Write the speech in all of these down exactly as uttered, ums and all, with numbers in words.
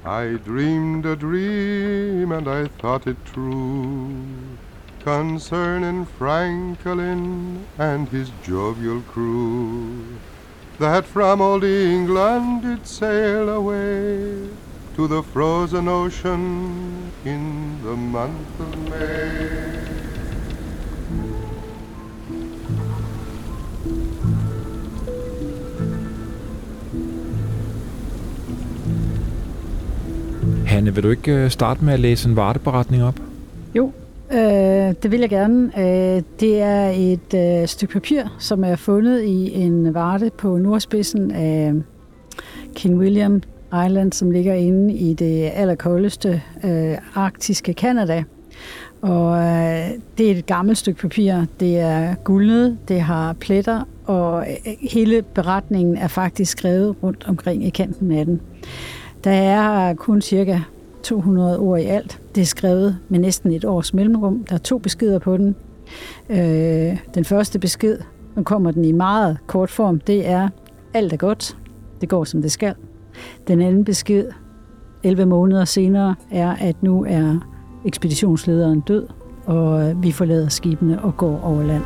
I dreamed a dream and I thought it true, concerning Franklin and his jovial crew, that from old England did sail away to the frozen ocean in the month of May. Hanne, vil du ikke starte med at læse en varteberetning op? Jo, øh, det vil jeg gerne. Øh, det er et øh, stykke papir, som er fundet i en varte på nordspidsen af King William Island, som ligger inde i det allerkoldeste øh, arktiske Canada. Og øh, det er et gammelt stykke papir. Det er gulnet, det har pletter, og øh, hele beretningen er faktisk skrevet rundt omkring i kanten af den. Der er kun cirka to hundrede ord i alt. Det er skrevet med næsten et års mellemrum. Der er to beskeder på den. Øh, den første besked, nu kommer den i meget kort form, det er, alt er godt. Det går, som det skal. Den anden besked, elleve måneder senere, er, at nu er ekspeditionslederen død, og vi forlader skibene og går over land.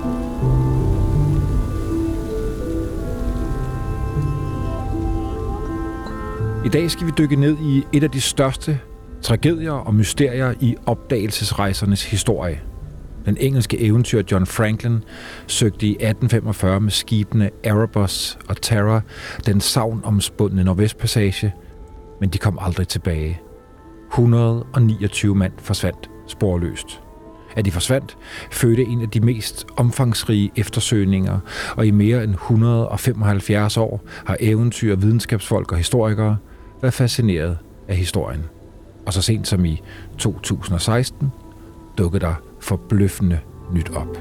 I dag skal vi dykke ned i et af de største tragedier og mysterier i opdagelsesrejsernes historie. Den engelske eventyr John Franklin søgte i atten femogfyrre med skibene Erebus og Terror den sagnomspundne Nordvestpassage, men de kom aldrig tilbage. et hundrede og niogtyve mand forsvandt sporløst. At de forsvandt, fødte en af de mest omfangsrige eftersøgninger, og i mere end et hundrede og femoghalvfjerds år har eventyr, videnskabsfolk og historikere været fascineret af historien. Og så sent som i to tusind og seksten dukkede der forbløffende nyt op.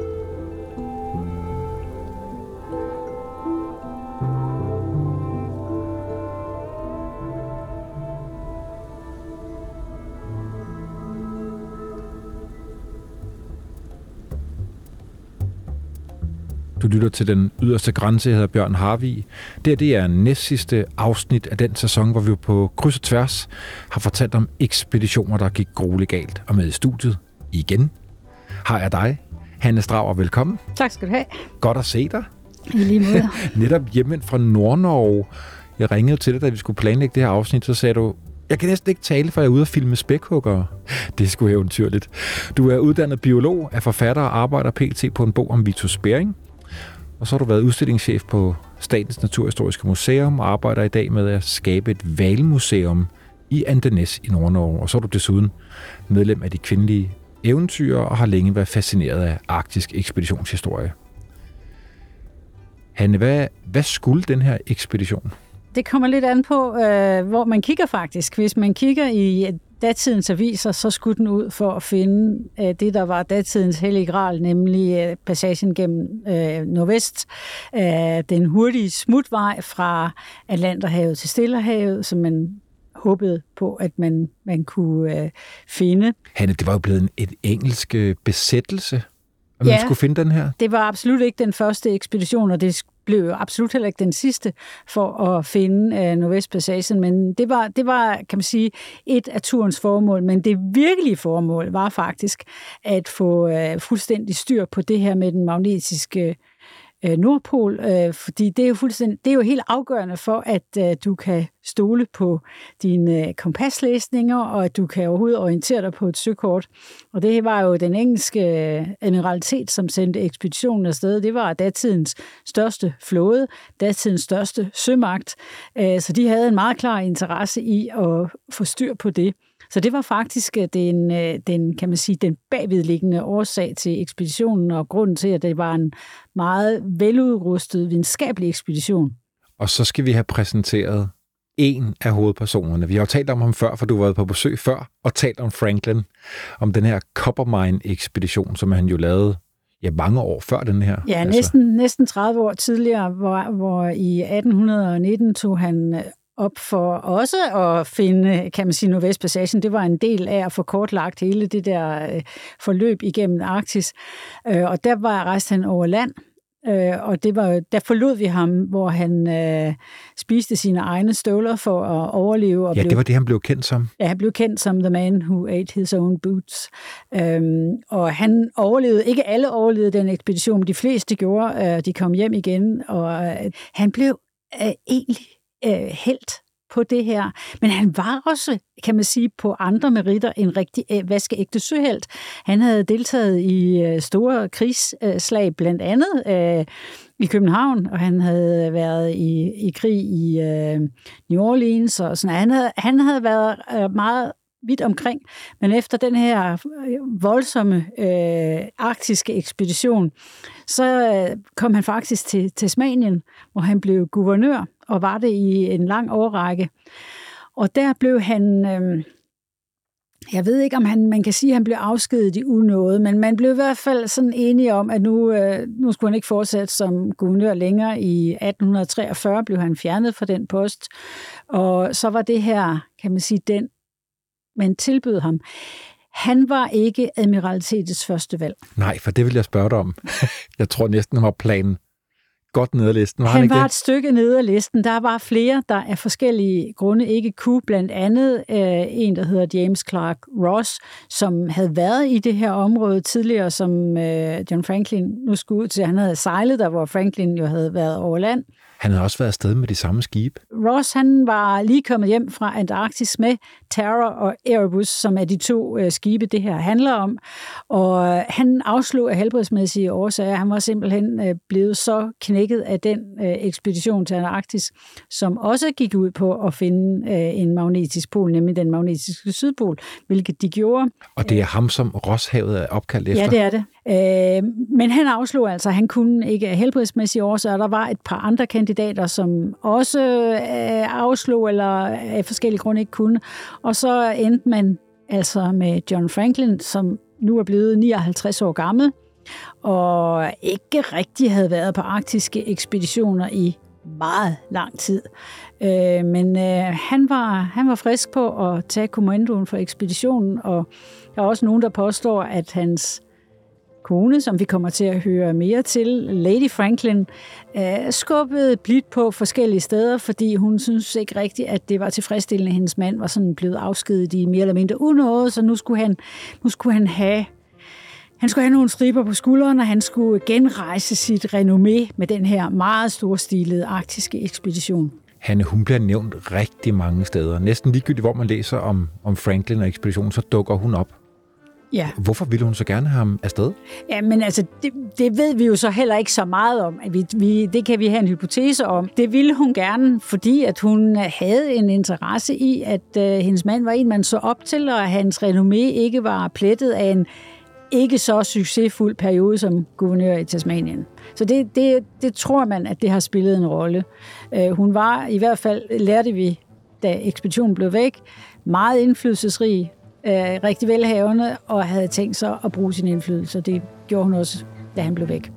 Du lytter til Den Yderste Grænse, jeg hedder Bjørn Harvig. Det, det er næstsidste afsnit af den sæson, hvor vi på kryds og tværs har fortalt om ekspeditioner, der gik grueligt galt. Og med i studiet igen har jeg dig, Hanne Strauer. Velkommen. Tak skal du have. Godt at se dig. I lige måde. Netop hjemme fra Nord-Norge. Jeg ringede til dig, da vi skulle planlægge det her afsnit, så sagde du, jeg kan næsten ikke tale, for jeg er ude og filme spækhuggere. Det er sgu eventyrligt. Du er uddannet biolog, er forfatter og arbejder pt. På en bog om Vitus Bering. Og så har du været udstillingschef på Statens Naturhistoriske Museum og arbejder i dag med at skabe et hvalmuseum i Andenes i Nord-Norge. Og så er du desuden medlem af de kvindelige eventyr og har længe været fascineret af arktisk ekspeditionshistorie. Hanne, hvad, hvad skulle den her ekspedition? Det kommer lidt an på, øh, hvor man kigger faktisk. Hvis man kigger i datidens aviser, så skulle den ud for at finde øh, det, der var datidens hellige gral, nemlig øh, passagen gennem øh, nordvest. Øh, den hurtige smutvej fra Atlanterhavet til Stillehavet, som man håbede på, at man, man kunne øh, finde. Hanne, det var jo blevet en et engelsk besættelse, at ja, man skulle finde den her. Det var absolut ikke den første ekspedition, og det blev jo absolut heller ikke den sidste for at finde øh, Nordvestpassagen, men det var, det var, kan man sige, et af turens formål, men det virkelige formål var faktisk at få øh, fuldstændig styr på det her med den magnetiske øh, Nordpol, øh, fordi det er, jo fuldstændig, det er jo helt afgørende for, at øh, du kan stole på dine øh, kompaslæsninger, og at du kan overhovedet orientere dig på et søkort. Og det var jo den engelske admiralitet, som sendte ekspeditionen afsted. Det var datidens største flåde, datidens største sømagt, øh, så de havde en meget klar interesse i at få styr på det. Så det var faktisk den, den, kan man sige, den bagvedliggende årsag til ekspeditionen, og grunden til, at det var en meget veludrustet videnskabelig ekspedition. Og så skal vi have præsenteret en af hovedpersonerne. Vi har jo talt om ham før, for du har været på besøg før, og talt om Franklin, om den her Coppermine-ekspedition, som han jo lavede ja, mange år før den her. Ja, altså. næsten, næsten tredive år tidligere, hvor, hvor i atten nitten tog han op for også at finde, kan man sige, Nordvestpassagen. Det var en del af at få kortlagt hele det der forløb igennem Arktis. Og der var rejst han over land, Øh, og det var, der forlod vi ham, hvor han øh, spiste sine egne støvler for at overleve. Og ja, blev, det var det, han blev kendt som. Ja, han blev kendt som the man who ate his own boots. Øhm, og han overlevede, ikke alle overlevede den ekspedition, men de fleste gjorde. Øh, de kom hjem igen, og øh, han blev øh, egentlig øh, helt på det her. Men han var også, kan man sige, på andre meritter en rigtig øh, vaskeægte søhelt. Han havde deltaget i øh, store krigsslag, blandt andet øh, i København, og han havde været i, i krig i øh, New Orleans, og sådan. Han havde, han havde været øh, meget vidt omkring, men efter den her voldsomme øh, arktiske ekspedition, så øh, kom han faktisk til Tasmanien, hvor han blev guvernør, og var det i en lang årrække. Og der blev han, øh, jeg ved ikke, om han, man kan sige, at han blev afskediget i unåde, men man blev i hvert fald sådan enige om, at nu, øh, nu skulle han ikke fortsætte som guvernør længere. I atten treogfyrre blev han fjernet fra den post, og så var det her, kan man sige, den, man tilbød ham. Han var ikke admiralitetets første valg. Nej, for det vil jeg spørge dig om. Jeg tror næsten, han var planen godt nede af listen. Var han, han ikke var det? Et stykke nede af listen. Der var flere, der af forskellige grunde ikke kunne. Blandt andet øh, en, der hedder James Clark Ross, som havde været i det her område tidligere, som øh, John Franklin nu skulle ud til. Han havde sejlet der, hvor Franklin jo havde været over land. Han havde også været afsted med de samme skibe. Ross, han var lige kommet hjem fra Antarktis med Terror og Erebus, som er de to øh, skibe, det her handler om. Og øh, han afslog af helbredsmæssige årsager. Han var simpelthen øh, blevet så knækket af den øh, ekspedition til Antarktis, som også gik ud på at finde øh, en magnetisk pol, nemlig den magnetiske sydpol, hvilket de gjorde. Og det er ham, som Rosshavet er opkaldt efter? Ja, det er det. Øh, men han afslog altså, han kunne ikke af helbredsmæssige årsager. Der var et par andre kandidater, som også øh, afslog, eller af forskellige grunde ikke kunne. Og så endte man altså med John Franklin, som nu er blevet nioghalvtreds år gammel, og ikke rigtig havde været på arktiske ekspeditioner i meget lang tid. Øh, men øh, han, var, han var frisk på at tage kommandoen for ekspeditionen, og der er også nogen, der påstår, at hans kone, som vi kommer til at høre mere til, Lady Franklin, øh, skubbede blidt på forskellige steder, fordi hun synes ikke rigtigt, at det var tilfredsstillende, at hendes mand var sådan blevet afskediget i mere eller mindre unåde, så nu skulle han, nu skulle han have Han skulle have nogle striber på skulderen, og han skulle genrejse sit renommé med den her meget storstilede arktiske ekspedition. Hanne, hun bliver nævnt rigtig mange steder. Næsten ligegyldigt, hvor man læser om, om Franklin og ekspeditionen, så dukker hun op. Ja. Hvorfor ville hun så gerne have ham afsted? Ja, men altså, det, det ved vi jo så heller ikke så meget om. Vi, vi, det kan vi have en hypotese om. Det ville hun gerne, fordi at hun havde en interesse i, at øh, hendes mand var en, man så op til, og at hans renommé ikke var plettet af en ikke så succesfuld periode som guvernør i Tasmanien. Så det, det, det tror man, at det har spillet en rolle. Øh, hun var, i hvert fald lærte vi, da ekspeditionen blev væk, meget indflydelsesrig, øh, rigtig velhavende, og havde tænkt sig at bruge sin indflydelse. Det gjorde hun også, da han blev væk.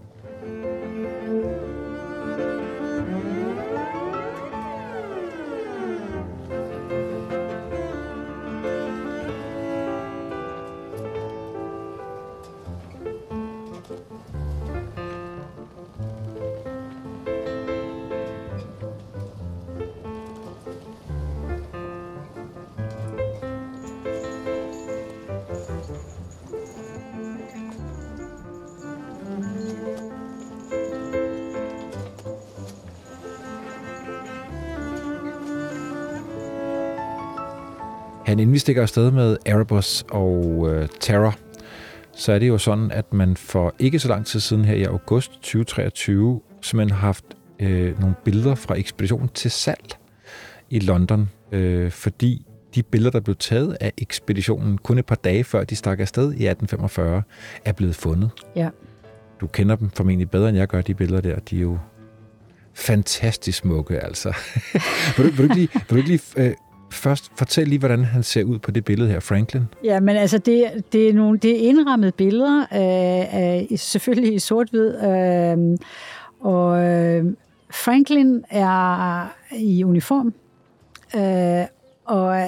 Han inden vi stikker afsted med Erebus og øh, Terror, så er det jo sådan, at man for ikke så lang tid siden her i august tyve treogtyve simpelthen har haft øh, nogle billeder fra ekspeditionen til salg i London, øh, fordi de billeder, der blev taget af ekspeditionen kun et par dage før de stak afsted i atten femogfyrre, er blevet fundet. Ja. Du kender dem formentlig bedre, end jeg gør, de billeder der. De er jo fantastisk smukke, altså. vil, du, vil du ikke lige... Vil du ikke lige øh, Først, fortæl lige, hvordan han ser ud på det billede her, Franklin. Ja, men altså, det, det, er, nogle, det er indrammede billeder, øh, øh, selvfølgelig i sort-hvid. Øh, og øh, Franklin er i uniform, øh, og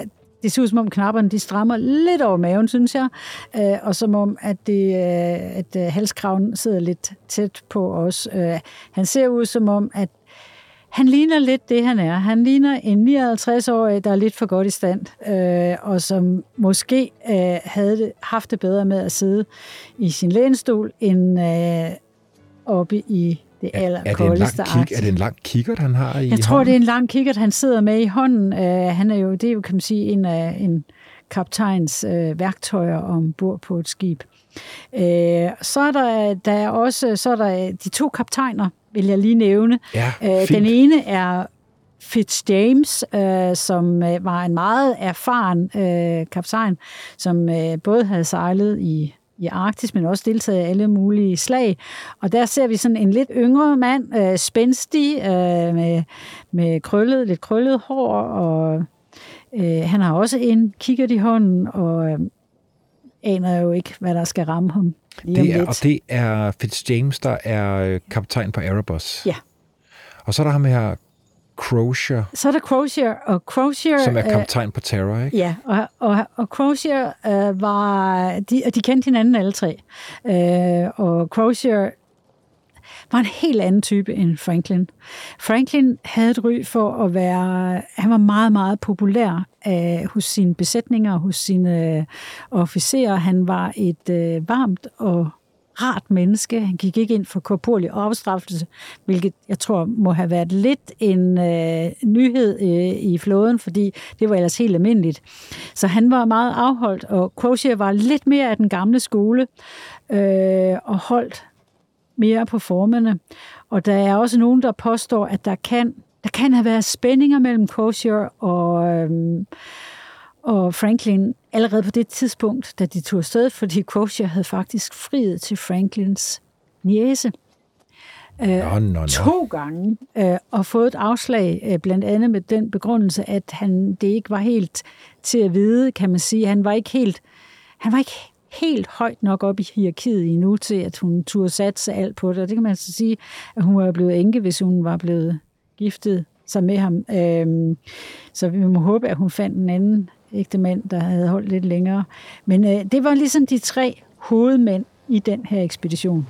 det ser ud som om knapperne, de strammer lidt over maven, synes jeg, øh, og som om, at, det, øh, at øh, halskraven sidder lidt tæt på os. Øh, han ser ud som om, at han ligner lidt det, han er. Han ligner en nioghalvtreds-årig, der er lidt for godt i stand, øh, og som måske øh, havde det, haft det bedre med at sidde i sin lænestol, end øh, oppe i det allerkoldeste Arktis. Er det en lang kikkert, han har i Jeg tror, hånden? det er en lang kikkert, han sidder med i hånden. Uh, han er jo, det er jo, kan man sige, en af en kaptajns uh, værktøjer ombord på et skib. Uh, så er der, der er også så er der de to kaptajner, vil jeg lige nævne. Ja, uh, den ene er Fitzjames, uh, som uh, var en meget erfaren uh, kaptajn, som uh, både havde sejlet i i Arktis, men også deltaget i alle mulige slag. Og der ser vi sådan en lidt yngre mand, øh, spændstig, øh, med, med krøllet, lidt krøllet hår, og øh, han har også en kikkert i hånden, og øh, aner jo ikke, hvad der skal ramme ham lige om det er, lidt. Og det er Fitzjames, der er kaptajn på Erebus. Ja. Og så er der ham her, Crozier. Så er der Crozier, og Crozier... Som er kaptajn øh, på Terror, ikke? Ja, og, og, og Crozier øh, var... De, de kendte hinanden alle tre. Øh, og Crozier var en helt anden type end Franklin. Franklin havde et ry for at være... Han var meget, meget populær øh, hos sine besætninger, hos sine øh, officerer. Han var et øh, varmt og rart menneske. Han gik ikke ind for korporlig afstraffelse, hvilket jeg tror må have været lidt en øh, nyhed øh, i flåden, fordi det var ellers helt almindeligt. Så han var meget afholdt, og Crozier var lidt mere af den gamle skole øh, og holdt mere på formerne. Og der er også nogen, der påstår, at der kan, der kan have været spændinger mellem Crozier og... Øh, Og Franklin allerede på det tidspunkt, da de tog afsted, fordi Crozier havde faktisk friet til Franklins niece øh, no, no, no. to gange øh, og fået et afslag, øh, blandt andet med den begrundelse, at han det ikke var helt til at vide, kan man sige. Han var ikke helt, han var ikke helt højt nok op i hierarkiet endnu til, at hun turde satse alt på det. Og det kan man så sige, at hun var blevet enke, hvis hun var blevet giftet sig med ham. Øh, så vi må håbe, at hun fandt en anden ægte mand, der havde holdt lidt længere. Men øh, det var ligesom de tre hovedmænd i den her ekspedition.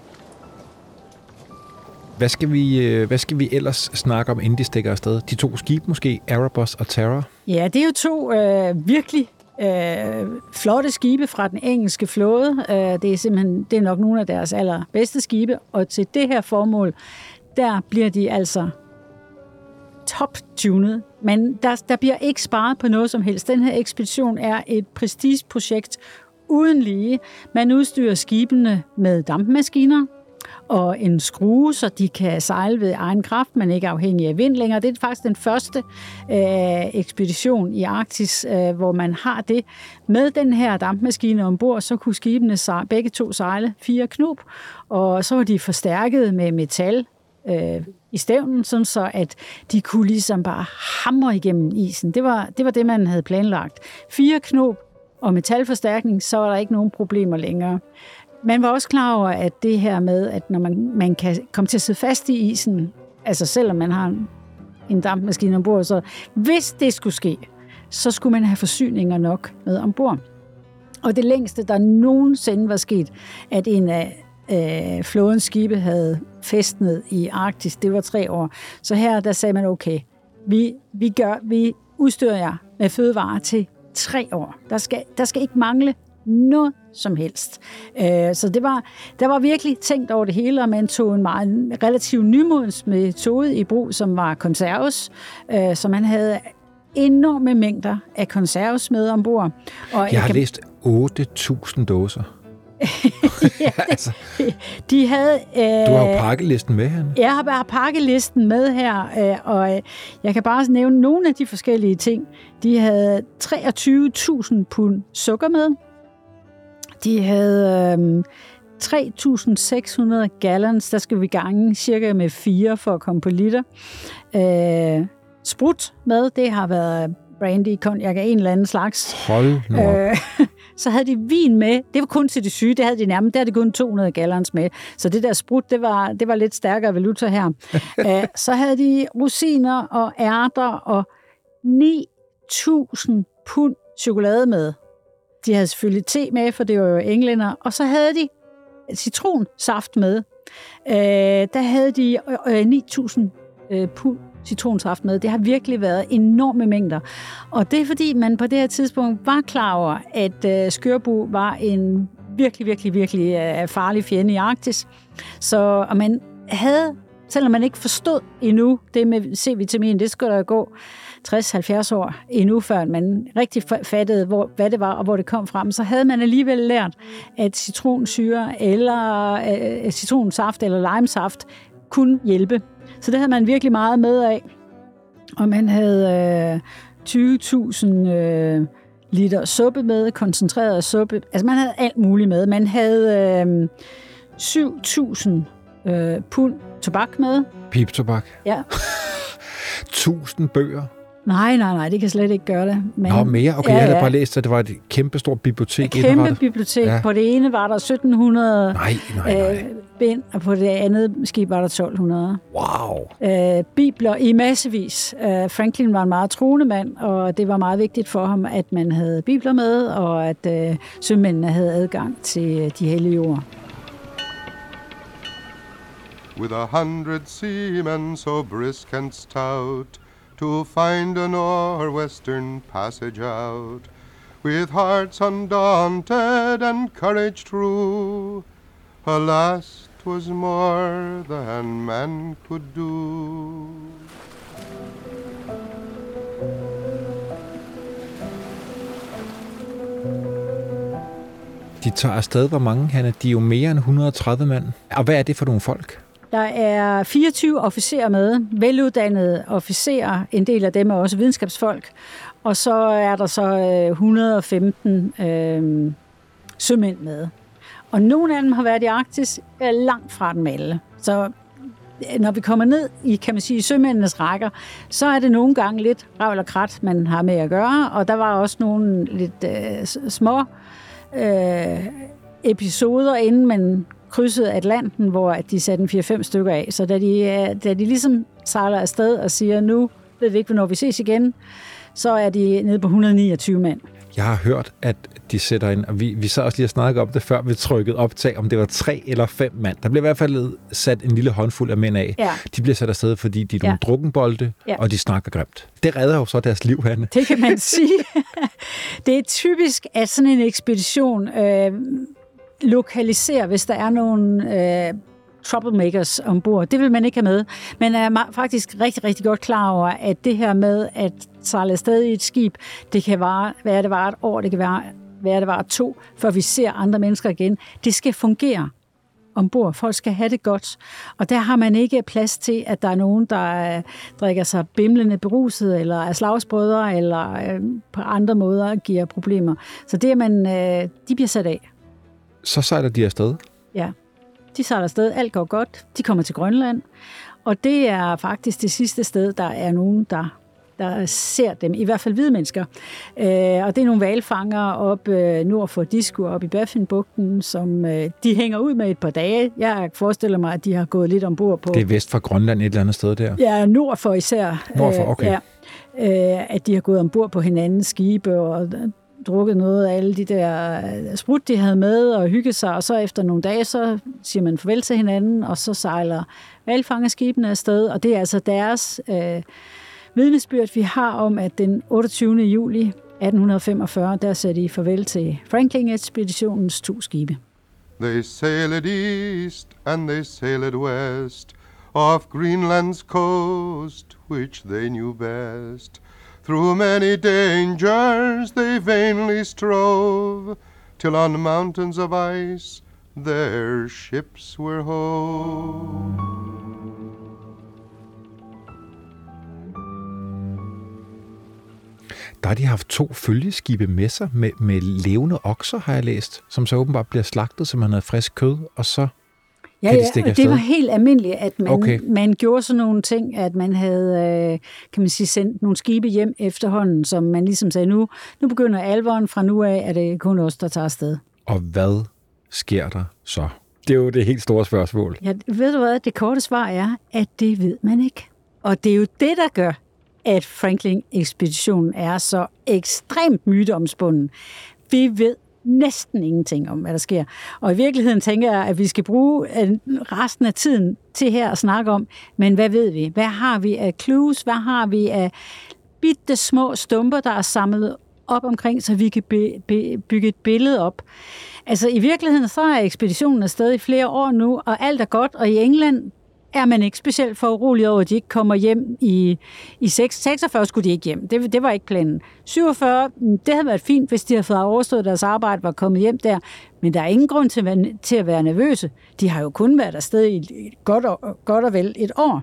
Hvad skal vi, hvad skal vi ellers snakke om, inden de stikker afsted? De to skibe måske, Erebus og Terror? Ja, det er jo to øh, virkelig øh, flotte skibe fra den engelske flåde. Øh, det er simpelthen det er nok nogle af deres allerbedste skibe, og til det her formål, der bliver de altså top-tunet, men der, der bliver ikke sparet på noget som helst. Den her ekspedition er et prestigeprojekt uden lige. Man udstyrer skibene med dampmaskiner og en skrue, så de kan sejle ved egen kraft, men ikke afhængig af vind længere. Det er faktisk den første øh, ekspedition i Arktis, øh, hvor man har det. Med den her dampmaskine ombord, så kunne skibene sejle, begge to sejle fire knub, og så var de forstærket med metal øh, i stævnen, sådan så at de kunne ligesom bare hamre igennem isen. Det var, det var det, man havde planlagt. Fire knop og metalforstærkning, så var der ikke nogen problemer længere. Man var også klar over, at det her med, at når man, man kan komme til at sidde fast i isen, altså selvom man har en, en dampmaskine ombord, så hvis det skulle ske, så skulle man have forsyninger nok med ombord. Og det længste, der nogensinde var sket, at en af øh, flådens skibe havde fæstnet i Arktis, det var tre år. Så her, der sagde man, okay, vi, vi, gør, vi udstyrer jer med fødevarer til tre år. Der skal, der skal ikke mangle noget som helst. Så det var, der var virkelig tænkt over det hele, og man tog en meget en relativt nymodens metode i brug, som var konserves, så man havde enorme mængder af konserves med ombord. Og jeg har kan... læst otte tusind dåser. ja, altså. De havde... Øh... Du har jo pakkelisten med her. Jeg har bare pakkelisten med her, øh, og jeg kan bare nævne nogle af de forskellige ting. De havde treogtyve tusind pund sukker med. De havde øh, tre tusind seks hundrede gallons, der skal vi gange cirka med fire for at komme på liter. Øh, sprut med, det har været brandy, cognac af en eller anden slags. Hold nu op. Øh, så havde de vin med, det var kun til de syge, det havde de nærmest, der havde de kun to hundrede gallons med. Så det der sprut, det var, det var lidt stærkere valuta her. øh, så havde de rosiner og ærter og ni tusind pund chokolade med. De havde selvfølgelig te med, for det var jo englænder, og så havde de citronsaft med. Øh, der havde de øh, ni tusind øh, pund citronsaft med. Det har virkelig været enorme mængder. Og det er fordi, man på det her tidspunkt var klar over, at øh, skørbug var en virkelig, virkelig, virkelig øh, farlig fjende i Arktis. Så og man havde, selvom man ikke forstod endnu det med C-vitamin, det skulle der gå tres til halvfjerds år endnu, før man rigtig fattede, hvor, hvad det var og hvor det kom fra, så havde man alligevel lært, at citronsyre eller øh, citronsaft eller limesaft kunne hjælpe. Så det havde man virkelig meget med af. Og man havde øh, tyve tusind øh, liter suppe med, koncentreret suppe. Altså man havde alt muligt med. Man havde øh, syv tusind øh, pund tobak med. Piptobak? Ja. Tusind bøger? Nej, nej, nej, det kan slet ikke gøre det. Men, Nå, mere? Okay, ja, jeg havde ja. bare læst, at det var et kæmpestort bibliotek. Et kæmpe indrettet. bibliotek. Ja. På det ene var der sytten hundrede nej, nej, nej. Øh, bind, og på det andet skib var der tolv hundrede. Wow! Øh, bibler i massevis. Øh, Franklin var en meget troende mand, og det var meget vigtigt for ham, at man havde bibler med, og at øh, sømændene havde adgang til de hellige ord. With a hundred seamen so brisk and stout, to find a northwestern passage out, with hearts undaunted and courage true, alas, 'twas more than man could do. De tager afsted, hvor mange, Hanne? De er jo mere end et hundrede og tredive mand. Og hvad er det for nogle folk? Der er fireogtyve officerer med, veluddannede officerer, en del af dem er også videnskabsfolk, og så er der så et hundrede og femten øh, sømænd med. Og nogle af dem har været i Arktis langt fra dem alle. Så når vi kommer ned i, kan man sige, sømændenes rækker, så er det nogle gange lidt revl og krat, man har med at gøre, og der var også nogle lidt øh, små øh, episoder, inden man krydsede Atlanten, hvor de satte en fire fem stykker af. Så da de, da de ligesom sejler afsted og siger, nu ved vi ikke, hvornår vi ses igen, så er de nede på et hundrede og niogtyve mand. Jeg har hørt, at de sætter ind, og vi, vi så også lige og snakkede om det, før vi trykkede optag, om det var tre eller fem mand. Der bliver i hvert fald sat en lille håndfuld af mænd af. Ja. De bliver sat afsted, fordi de er nogle ja. drukkenbolde, ja. og de snakker grimt. Det redder jo så deres liv, Hanne. Det kan man sige. Det er typisk, at sådan en ekspedition øh, lokaliserer, hvis der er nogle øh, troublemakers ombord. Det vil man ikke have med. Man er faktisk rigtig, rigtig godt klar over, at det her med at sejle afsted i et skib, det kan vare, være det var et år, det kan være, være det var to, før vi ser andre mennesker igen. Det skal fungere ombord. Folk skal have det godt. Og der har man ikke plads til, at der er nogen, der drikker sig bimlende beruset, eller er slagsbrødre, eller øh, på andre måder giver problemer. Så det er man, øh, de bliver sat af. Så sejler de afsted? Ja, de sejler afsted. Alt går godt. De kommer til Grønland. Og det er faktisk det sidste sted, der er nogen, der, der ser dem. I hvert fald hvide mennesker. Øh, og det er nogle hvalfangere op øh, nord for Disco, op i Baffinbugten, som øh, de hænger ud med et par dage. Jeg forestiller mig, at de har gået lidt ombord på... Det er vest for Grønland et eller andet sted der? Ja, nord for især. Nord for, okay. Øh, ja, øh, at de har gået ombord på hinandens skibe og drukket noget af alle de der sprut, de havde med, og hygget sig, og så efter nogle dage, så siger man farvel til hinanden, og så sejler hvalfangerskibene afsted, og det er altså deres øh, vidnesbyrd, vi har om, at den otteogtyvende juli atten femogfyrre, der sagde de farvel til Franklin-ekspeditionens to skibe. They sailed east and they sailed west, off Greenland's coast, which they knew best. Through many dangers they vainly strove, till on mountains of ice their ships were hove. Der har de haft to følgeskibe med sig med, med levende okser, har jeg læst, som så åbenbart bliver slagtet, så man havde frisk kød, og så ja, kan de ja, stikke og det var helt almindeligt, at man, okay. man gjorde sådan nogle ting, at man havde, kan man sige, sendt nogle skibe hjem efterhånden, som man ligesom sagde, nu, nu begynder alvoren, fra nu af er det kun os, der tager afsted. Og hvad sker der så? Det er jo det helt store spørgsmål. Ja, ved du hvad, det korte svar er, at det ved man ikke. Og det er jo det, der gør, at Franklin-ekspeditionen er så ekstremt myteomspunden. Vi ved næsten ingenting om, hvad der sker. Og i virkeligheden tænker jeg, at vi skal bruge resten af tiden til her at snakke om, men hvad ved vi? Hvad har vi af clues? Hvad har vi af bitte små stumper, der er samlet op omkring, så vi kan be, be, bygge et billede op? Altså i virkeligheden, så er ekspeditionen afsted i flere år nu, og alt er godt, og i England er man ikke specielt for urolig over, at de ikke kommer hjem i, i seksogfyrre skulle de ikke hjem. Det, det var ikke planen. syvogfyrre, det havde været fint, hvis de havde fået overstået deres arbejde, var kommet hjem der, men der er ingen grund til at være, til at være nervøse. De har jo kun været afsted i godt og, godt og vel et år.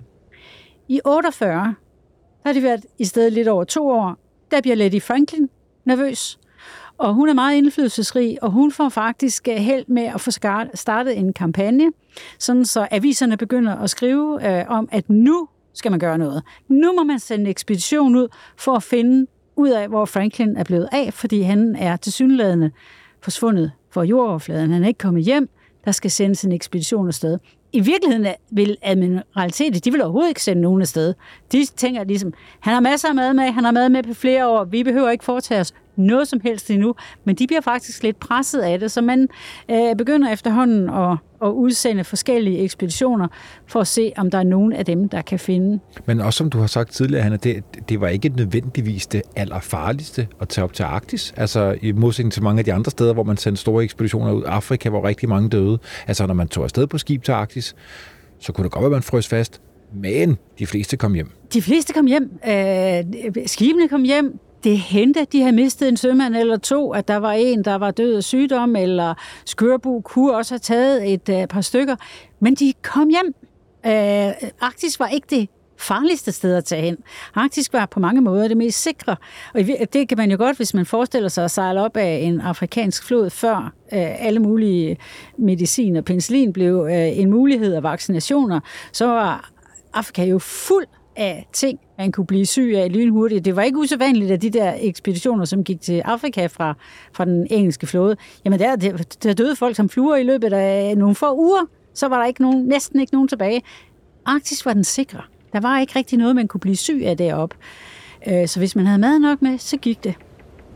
I otteogfyrre, der har de været i stedet lidt over to år, der bliver Lady Franklin nervøs. Og hun er meget indflydelsesrig, og hun får faktisk held med at få startet en kampagne, sådan så aviserne begynder at skrive øh, om, at nu skal man gøre noget. Nu må man sende en ekspedition ud for at finde ud af, hvor Franklin er blevet af, fordi han er tilsyneladende forsvundet fra jordoverfladen. Han er ikke kommet hjem. Der skal sendes en ekspedition afsted. I virkeligheden vil admiralitetet, de vil overhovedet ikke sende nogen afsted. De tænker ligesom, han har masser af mad med, han har mad med på flere år, vi behøver ikke foretage os noget som helst endnu, men de bliver faktisk lidt presset af det, så man øh, begynder efterhånden at, at udsende forskellige ekspeditioner for at se, om der er nogen af dem, der kan finde. Men også som du har sagt tidligere, Hanna, det, det var ikke nødvendigvis det allerfarligste at tage op til Arktis. Altså i modsætning til mange af de andre steder, hvor man sendte store ekspeditioner ud. Afrika, hvor rigtig mange døde. Altså når man tog afsted på skib til Arktis, så kunne det godt være, at man frøs fast, men de fleste kom hjem. De fleste kom hjem. Øh, skibene kom hjem. Det hentede, at de havde mistet en sømand eller to, at der var en, der var død af sygdom, eller Skørbu kunne også have taget et uh, par stykker. Men de kom hjem. Uh, Arktis var ikke det farligste sted at tage hen. Arktis var på mange måder det mest sikre. Og det kan man jo godt, hvis man forestiller sig at sejle op af en afrikansk flod, før uh, alle mulige medicin og penicillin blev uh, en mulighed af vaccinationer, så var Afrika jo fuld af ting, man kunne blive syg af lynhurtigt. Det var ikke usædvanligt, at de der ekspeditioner, som gik til Afrika fra, fra den engelske flåde, jamen der, der døde folk som fluer i løbet af nogle få uger, så var der ikke nogen, næsten ikke nogen tilbage. Arktis var den sikre. Der var ikke rigtig noget, man kunne blive syg af deroppe. Så hvis man havde mad nok med, så gik det.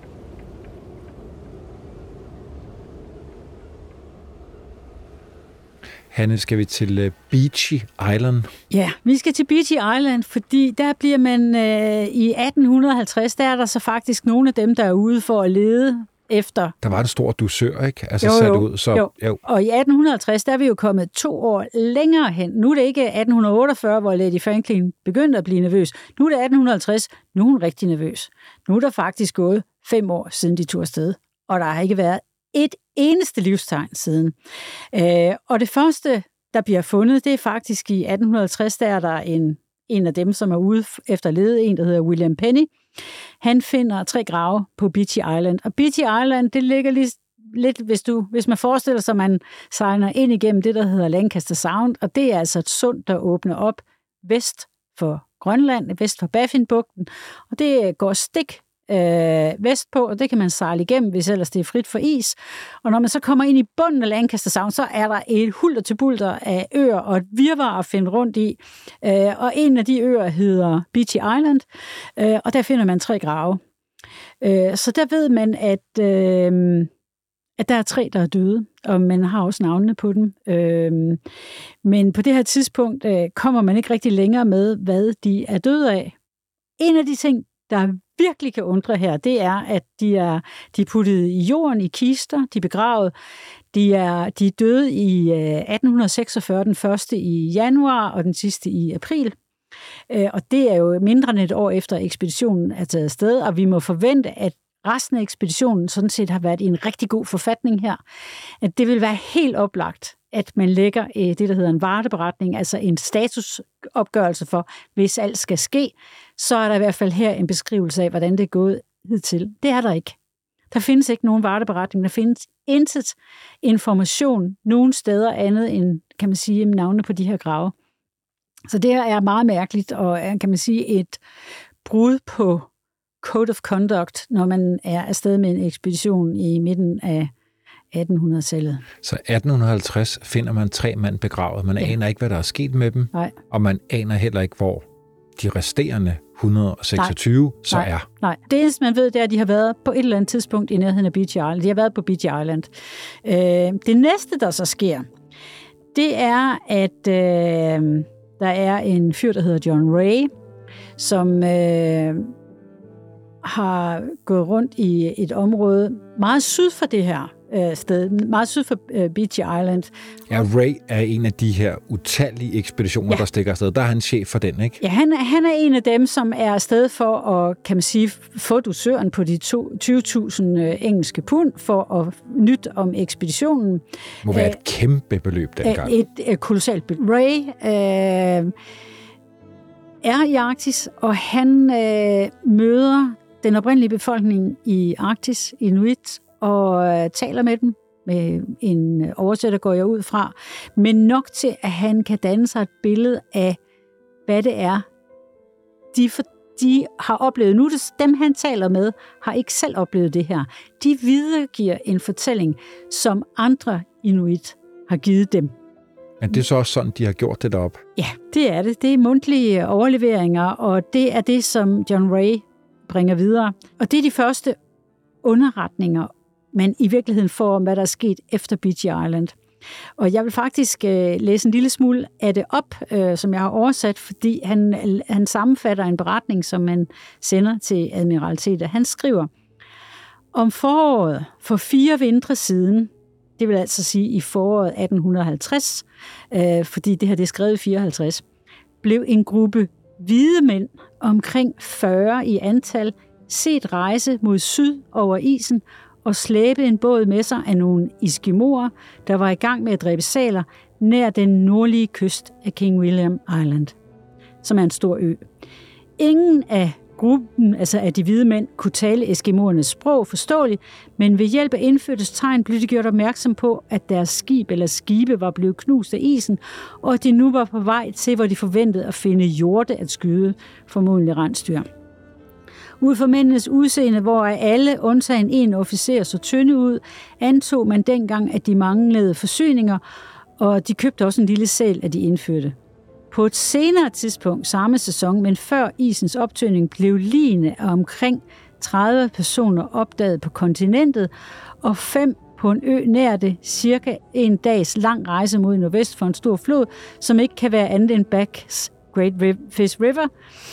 Hanne, skal vi til Beechey Island? Ja, vi skal til Beechey Island, fordi der bliver man øh, i atten halvtreds, der er der så faktisk nogle af dem, der er ude for at lede efter. Der var en stor dusør, ikke? Altså jo, sat jo, ud. Så, jo. jo. Og i atten halvtreds, der er vi jo kommet to år længere hen. Nu er det ikke atten otteogfyrre, hvor Lady Franklin begyndte at blive nervøs. Nu er det atten halvtreds, nu er hun rigtig nervøs. Nu er der faktisk gået fem år siden de tog afsted, og der har ikke været et eneste livstegn siden. Øh, og det første, der bliver fundet, det er faktisk i atten halvtreds, der er der en, en af dem, som er ude efter lede, en, der hedder William Penny. Han finder tre grave på Beechey Island. Og Beechey Island, det ligger lige lidt, hvis, du, hvis man forestiller sig, at man sejler ind igennem det, der hedder Lancaster Sound, og det er altså et sund, der åbner op vest for Grønland, vest for Baffinbugten, og det går stik Øh, vestpå, og det kan man sejle igennem, hvis ellers det er frit for is. Og når man så kommer ind i bunden af Lancaster Sound, så er der et hulter til bulter af øer og et virvar at finde rundt i. Øh, og en af de øer hedder Beechey Island, øh, og der finder man tre grave. Øh, så der ved man, at, øh, at der er tre, der er døde, og man har også navnene på dem. Øh, men på det her tidspunkt øh, kommer man ikke rigtig længere med, hvad de er døde af. En af de ting, der virkelig kan undre her, det er, at de er, de er puttet i jorden i kister, de er begravet. De er, de er døde i atten seksogfyrre, den første i januar og den sidste i april. Og det er jo mindre end et år efter ekspeditionen er taget afsted, og vi må forvente, at resten af ekspeditionen sådan set har været i en rigtig god forfatning her. At det vil være helt oplagt, at man lægger det, der hedder en varteberetning, altså en statusopgørelse for, hvis alt skal ske, så er der i hvert fald her en beskrivelse af, hvordan det er gået hidtil. Det er der ikke. Der findes ikke nogen varteberetning. Der findes intet information nogen steder andet end, kan man sige, navnene på de her grave. Så det her er meget mærkeligt, og er, kan man sige, et brud på Code of Conduct, når man er afsted med en ekspedition i midten af attenhundredetallet. Så atten halvtreds finder man tre mand begravet. Man ja. aner ikke, hvad der er sket med dem, Nej. og man aner heller ikke, hvor de resterende et hundrede og seksogtyve nej, så nej, er? Nej, det eneste, man ved, det er, at de har været på et eller andet tidspunkt i nærheden af Beechey Island. De har været på Beechey Island. Øh, det næste, der så sker, det er, at øh, der er en fyr, der hedder John Ray, som øh, har gået rundt i et område meget syd for det her øh, sted, meget syd for øh, Beechey Island. Ja, Ray er en af de her utallige ekspeditioner, ja. der stikker afsted. Der er han chef for den, ikke? Ja, han, han er en af dem, som er afsted for at, kan man sige, få dusøren på de tyve tusind øh, engelske pund for at nyt om ekspeditionen. Det må være et kæmpe beløb dengang. Et, et, et kolossalt beløb. Ray øh, er i Arktis, og han øh, møder den oprindelige befolkning i Arktis, Inuit, og øh, taler med dem. Med en oversætter går jeg ud fra, men nok til, at han kan danne sig et billede af, hvad det er, de, for, de har oplevet. Nu det, dem, han taler med, har ikke selv oplevet det her. De videregiver en fortælling, som andre inuit har givet dem. Men det er så også sådan, de har gjort det deroppe? Ja, det er det. Det er mundtlige overleveringer, og det er det, som John Ray bringer videre. Og det er de første underretninger, man i virkeligheden får om, hvad der er sket efter Beechey Island. Og jeg vil faktisk øh, læse en lille smule af det op, øh, som jeg har oversat, fordi han, han sammenfatter en beretning, som man sender til Admiralitetet. Han skriver, om foråret for fire vintre siden, det vil altså sige i foråret atten halvtreds, øh, fordi det her det er skrevet i fireoghalvtreds, blev en gruppe hvide mænd, omkring fyrre i antal, set rejse mod syd over isen og slæbe en båd med sig af nogle eskimoer, der var i gang med at dræbe sæler nær den nordlige kyst af King William Island, som er en stor ø. Ingen af gruppen, altså af de hvide mænd, kunne tale eskimoernes sprog forståeligt, men ved hjælp af indfødtes tegn blev de gjort opmærksom på, at deres skib eller skibe var blevet knust af isen, og at de nu var på vej til, hvor de forventede at finde hjorte at skyde, formodentlig rensdyr. Ud fra mændenes udseende, hvor alle, undtagen en officer, så tynde ud, antog man dengang, at de manglede forsyninger, og de købte også en lille sæl af de indfødte. På et senere tidspunkt, samme sæson, men før isens optøning, blev ligene af omkring tredive personer opdaget på kontinentet, og fem på en ø nær det, cirka en dags lang rejse mod nordvest for en stor flod, som ikke kan være andet end Backs Great Fish River.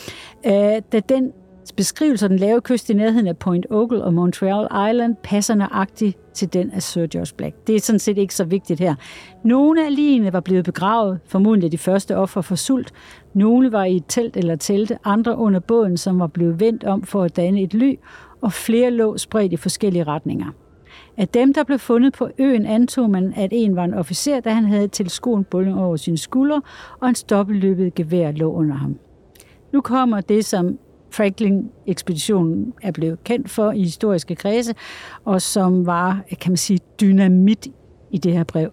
Da den beskrivelse af den lave kyst i nærheden af Point Ogle og Montreal Island passer nøjagtigt til den af Sir George Black. Det er sådan set ikke så vigtigt her. Nogle af ligene var blevet begravet, formodentlig de første offer for sult. Nogle var i et telt eller telte, andre under båden, som var blevet vendt om for at danne et ly, og flere lå spredt i forskellige retninger. Af dem, der blev fundet på øen, antog man, at en var en officer, da han havde til skoen bullen over sine skuldre, og en dobbeltløbet gevær lå under ham. Nu kommer det, som Franklin-ekspeditionen er blevet kendt for i historiske kredse, og som var, kan man sige, dynamit i det her brev.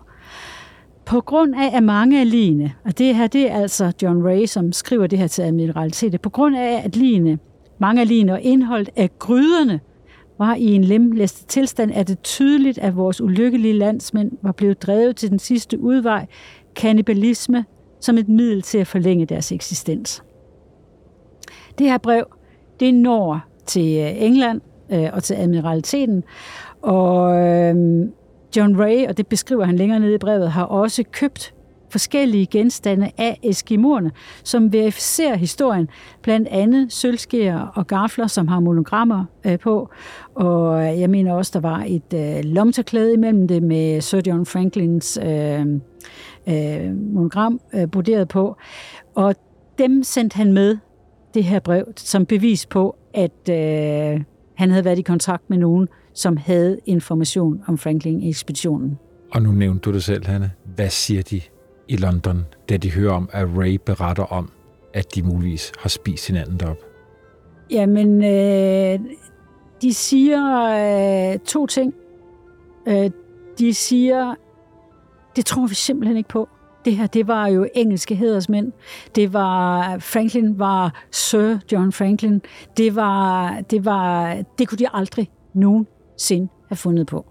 På grund af, at mange af ligene, og det her det er altså John Ray, som skriver det her til Admiralitetet, på grund af, at ligene, mange af ligene og indholdet af gryderne var i en lemlæstet tilstand, er det tydeligt, at vores ulykkelige landsmænd var blevet drevet til den sidste udvej, kannibalisme, som et middel til at forlænge deres eksistens. Det her brev, det når til England øh, og til Admiraliteten, og øh, John Ray, og det beskriver han længere nede i brevet, har også købt forskellige genstande af eskimoerne, som verificerer historien, blandt andet sølvskeer og gafler, som har monogrammer øh, på, og jeg mener også, der var et øh, lomterklæde imellem det med Sir John Franklins øh, øh, monogram øh, broderet på, og dem sendte han med det her brev som bevis på, at øh, han havde været i kontakt med nogen, som havde information om Franklin-ekspeditionen. Og nu nævnte du det selv, Hanne. Hvad siger de i London, da de hører om, at Ray beretter om, at de muligvis har spist hinanden deroppe? Jamen, øh, de siger øh, to ting. Øh, de siger, det tror vi simpelthen ikke på. Det her, det var jo engelske hædersmænd. Det var, Franklin var Sir John Franklin. Det var, det var, det kunne de aldrig nogensinde have fundet på.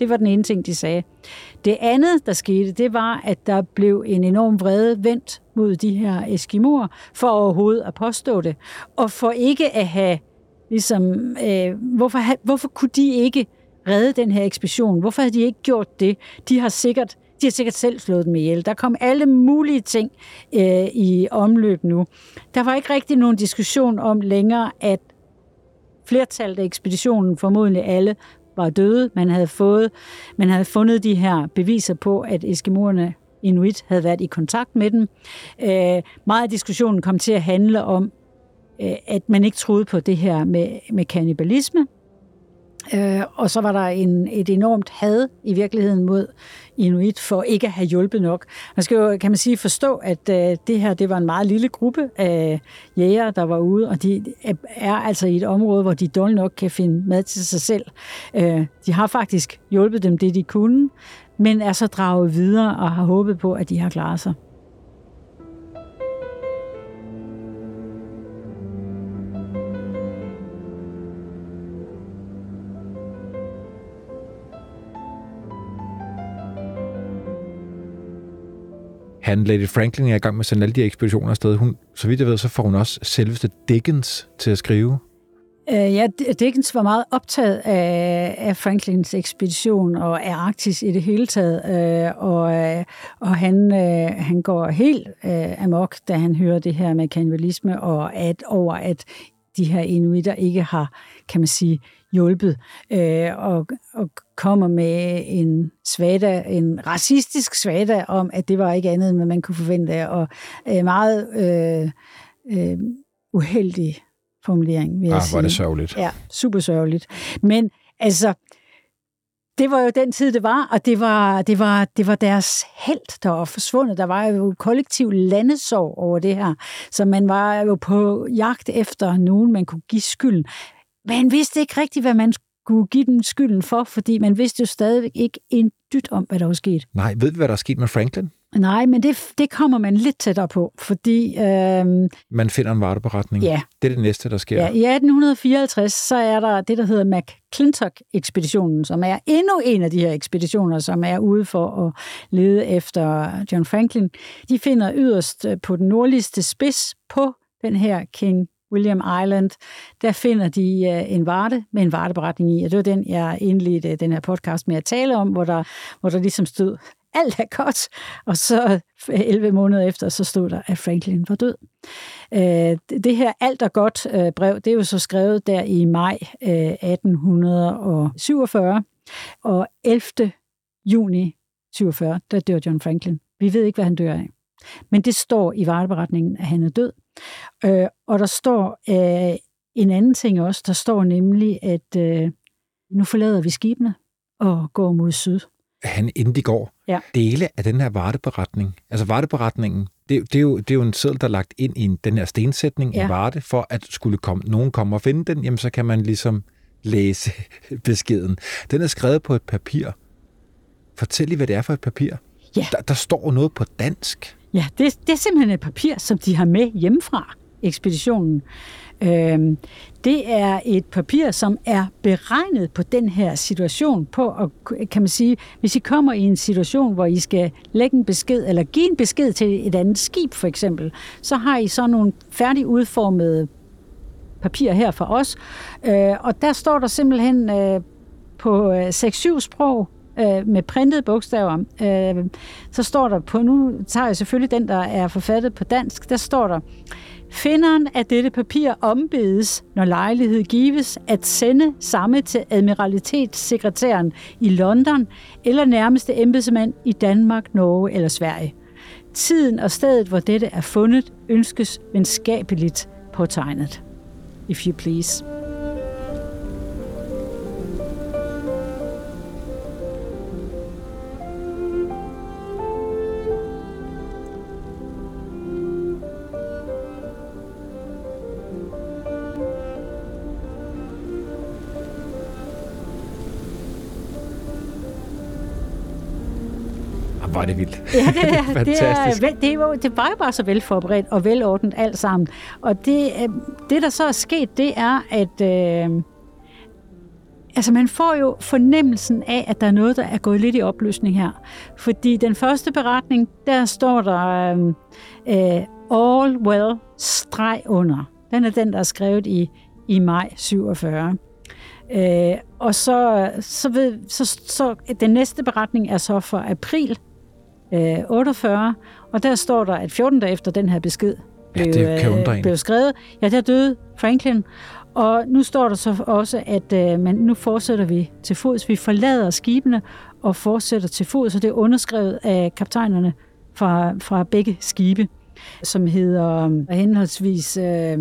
Det var den ene ting, de sagde. Det andet, der skete, det var, at der blev en enorm vrede vendt mod de her eskimoer, for overhovedet at påstå det. Og for ikke at have, ligesom, øh, hvorfor, hvorfor kunne de ikke redde den her ekspedition? Hvorfor havde de ikke gjort det? De har sikkert, de har sikkert selv slået dem ihjel. Der kom alle mulige ting øh, i omløb nu. Der var ikke rigtig nogen diskussion om længere, at flertallet af ekspeditionen, formodentlig alle, var døde. Man havde fået, man havde fundet de her beviser på, at eskimoerne Inuit havde været i kontakt med dem. Øh, meget af diskussionen kom til at handle om, øh, at man ikke troede på det her med, med kannibalisme. Øh, og så var der en, et enormt had i virkeligheden mod Inuit for ikke at have hjulpet nok. Man skal jo, kan man sige, forstå, at øh, det her det var en meget lille gruppe af jægere, der var ude, og de er altså i et område, hvor de dårligt nok kan finde mad til sig selv. Øh, de har faktisk hjulpet dem det, de kunne, men er så draget videre og har håbet på, at de har klaret sig. Han, Lady Franklin, er i gang med at sende alle de ekspeditioner afsted. Hun, så vidt jeg ved, så får hun også selveste Dickens til at skrive. Uh, ja, Dickens var meget optaget af, af Franklins ekspedition og af Arktis i det hele taget. Uh, og uh, og han, uh, han går helt uh, amok, da han hører det her med kannibalisme, og at over at de her inuitter ikke har, kan man sige, hjulpet, øh, og, og kommer med en svada, en racistisk svada om, at det var ikke andet, end hvad man kunne forvente, og øh, meget øh, øh, uheldig formulering, vil jeg ah, sige. Var det sørgeligt. Ja, super sørgeligt. Men altså, det var jo den tid, det var, og det var, det var, det var deres helt, der var forsvundet. Der var jo kollektiv landesorg over det her, så man var jo på jagt efter nogen, man kunne give skylden. Man vidste ikke rigtigt, hvad man skulle give den skylden for, fordi man vidste jo stadigvæk ikke en dyt om, hvad der var sket. Nej, ved vi, hvad der er sket med Franklin? Nej, men det, det kommer man lidt tættere på, fordi... Øhm, man finder en varteberetning. Ja. Det er det næste, der sker. Ja, i atten fireoghalvtreds, så er der det, der hedder McClintock-ekspeditionen, som er endnu en af de her ekspeditioner, som er ude for at lede efter John Franklin. De finder yderst på den nordligste spids på den her King William Island, der finder de en varte med en varteberetning i, og det var den, jeg indledte den her podcast med at tale om, hvor der, hvor der ligesom stod, alt er godt, og så elleve måneder efter, så stod der, at Franklin var død. Det her alt er godt brev, det er jo så skrevet der i maj atten syvogfyrre, og ellevte juni syvogfyrre, der dør John Franklin. Vi ved ikke, hvad han dør af. Men det står i varteberetningen, at han er død. Øh, og der står øh, en anden ting også. Der står nemlig, at øh, nu forlader vi skibene og går mod syd. Han, inden de går, ja. dele af den her varteberetning. Altså varteberetningen, det, det, er jo, det er jo en seddel, der er lagt ind i den her stensætning, ja. En varte, for at skulle komme, nogen komme og finde den, jamen så kan man ligesom læse beskeden. Den er skrevet på et papir. Fortæl lige, hvad det er for et papir. Ja. Der, der står noget på dansk. Ja, det, det er simpelthen et papir, som de har med hjemmefra, ekspeditionen. Øhm, det er et papir, som er beregnet på den her situation, på at, kan man sige, hvis I kommer i en situation, hvor I skal lægge en besked, eller give en besked til et andet skib, for eksempel, så har I så nogle færdig udformede papirer her for os, øh, og der står der simpelthen øh, på seks syv sprog, med printede bogstaver, øh, så står der på, nu tager jeg selvfølgelig den, der er forfattet på dansk, der står der, finderen af dette papir ombedes, når lejlighed gives, at sende samme til admiralitetssekretæren i London, eller nærmeste embedsmand i Danmark, Norge eller Sverige. Tiden og stedet, hvor dette er fundet, ønskes venskabeligt påtegnet. If you please. Var det vildt. Ja, det, er, det, er, det, var, det var jo bare så velforberedt og velordnet alt sammen. Og det, det, der så er sket, det er, at, øh, Altså, man får jo fornemmelsen af, at der er noget, der er gået lidt i opløsning her. Fordi den første beretning, der står der øh, all well, streg under. Den er den, der er skrevet i, i maj syvogfyrre. Øh, og så, så, ved, så, så den næste beretning er så fra april øh, otteogfyrre, og der står der, at fjorten dage efter den her besked blev, ja, øh, blev skrevet, ja, der døde Franklin. Og nu står der så også, at øh, man, nu fortsætter vi til fods. Vi forlader skibene og fortsætter til fods, og det er underskrevet af kaptajnerne fra, fra begge skibe, som hedder øh, henholdsvis øh,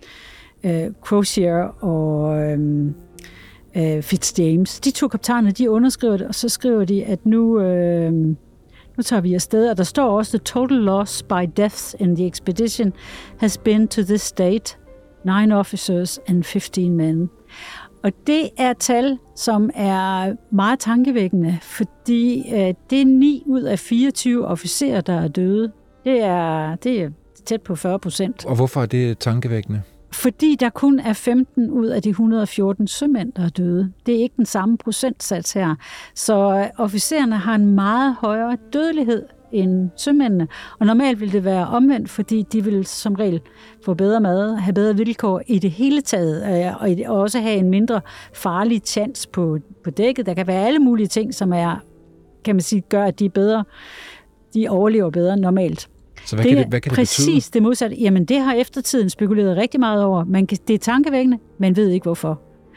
øh, Crozier og øh, øh, Fitzjames. De to kaptajner, de underskriver det, og så skriver de, at nu, øh, nu tager vi afsted. Og der står også, the total loss by deaths in the expedition has been to this date nine officers and fifteen men. Og det er tal, som er meget tankevækkende, fordi øh, det er ni ud af fireogtyve officerer, der er døde. Det er, det er tæt på fyrre procent. Og hvorfor er det tankevækkende? Fordi der kun er femten ud af de et hundrede og fjorten sømænd, der er døde. Det er ikke den samme procentsats her. Så officererne har en meget højere dødelighed end sømændene. Og normalt vil det være omvendt, fordi de vil som regel få bedre mad, have bedre vilkår i det hele taget, og også have en mindre farlig chance på, på dækket. Der kan være alle mulige ting, som er, kan man sige, gør, at de er bedre, de overlever bedre normalt. Så hvad det kan det, hvad kan det præcis betyde? Det modsatte. Jamen, det har eftertiden spekuleret rigtig meget over. Man kan, det er tankevækkende, man ved ikke hvorfor.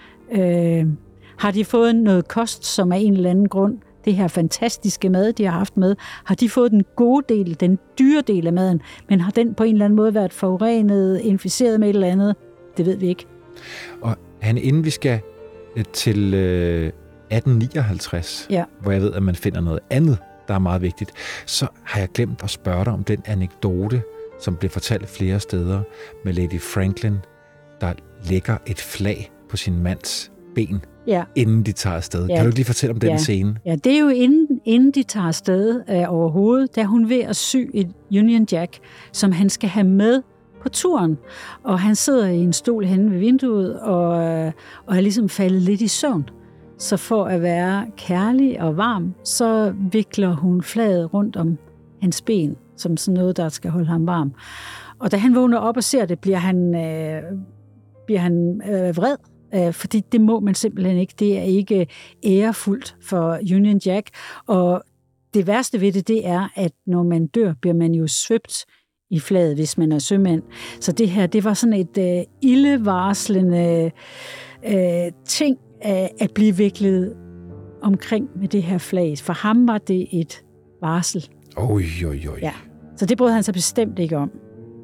Øh, har de fået noget kost, som af en eller anden grund, det her fantastiske mad, de har haft med, har de fået den gode del, den dyre del af maden, men har den på en eller anden måde været forurenet, inficeret med et eller andet? Det ved vi ikke. Og Hanne, inden vi skal til øh, atten nioghalvtreds, ja. hvor jeg ved, at man finder noget andet, der er meget vigtigt, så har jeg glemt at spørge dig om den anekdote, som blev fortalt flere steder med Lady Franklin, der lægger et flag på sin mands ben, ja. inden de tager afsted. Ja. Kan du lige fortælle om den ja. scene? Ja, det er jo inden, inden de tager afsted øh, overhovedet, da hun ved at sy et Union Jack, som han skal have med på turen. Og han sidder i en stol henne ved vinduet og, øh, og er ligesom faldet lidt i søvn. Så for at være kærlig og varm, så vikler hun flaget rundt om hans ben, som sådan noget, der skal holde ham varm. Og da han vågner op og ser det, bliver han, øh, bliver han øh, vred, øh, fordi det må man simpelthen ikke. Det er ikke ærefuldt for Union Jack. Og det værste ved det, det er, at når man dør, bliver man jo svøbt i flaget, hvis man er sømand. Så det her, det var sådan et øh, ildevarslende øh, ting, at blive viklet omkring med det her flag. For ham var det et varsel. Oj, oj, oj. Ja. Så det brød han sig bestemt ikke om.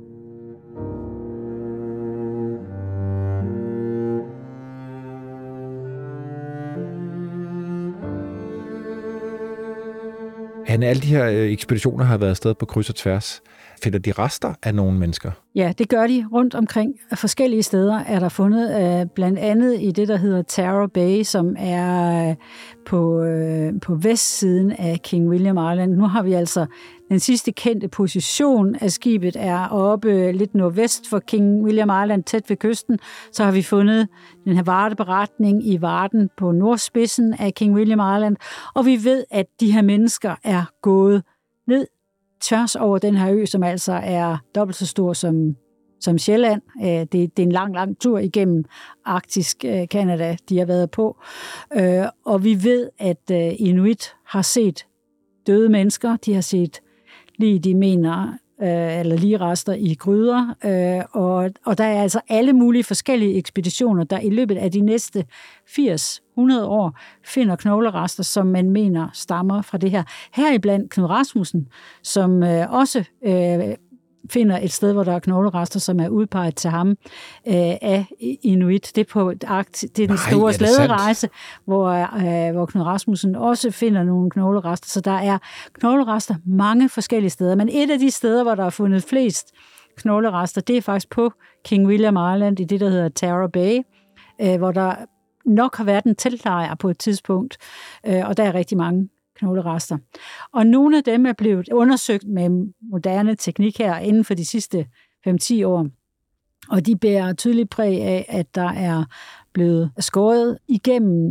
Hanne, alle de her ekspeditioner har været afsted på kryds og tværs. Finder de rester af nogle mennesker? Ja, det gør de rundt omkring. Forskellige steder er der fundet, blandt andet i det, der hedder Tara Bay, som er på, på vestsiden af King William Island. Nu har vi altså den sidste kendte position af skibet er oppe lidt nordvest for King William Island, tæt ved kysten. Så har vi fundet den her varteberetning i Varden på nordspidsen af King William Island. Og vi ved, at de her mennesker er gået ned tværs over den her ø, som altså er dobbelt så stor som, som Sjælland. Det, det er en lang, lang tur igennem Arktisk Canada, de har været på. Og vi ved, at Inuit har set døde mennesker. De har set lige de mener, eller lige rester i gryder. Og, og der er altså alle mulige forskellige ekspeditioner, der i løbet af de næste firs til hundrede år finder knoglerester, som man mener stammer fra det her. Heriblandt Knud Rasmussen, som øh, også øh, finder et sted, hvor der er knoglerester, som er udpeget til ham øh, af Inuit. Det er, på, det er den Nej, store slæderejse, hvor, øh, hvor Knud Rasmussen også finder nogle knoglerester. Så der er knoglerester mange forskellige steder. Men et af de steder, hvor der er fundet flest knoglerester, det er faktisk på King William Island, i det, der hedder Tara Bay, øh, hvor der nok har været en teltlejr på et tidspunkt, øh, og der er rigtig mange knoglerester. Og nogle af dem er blevet undersøgt med moderne teknik her inden for de sidste fem til ti år, og de bærer tydeligt præg af, at der er blevet skåret igennem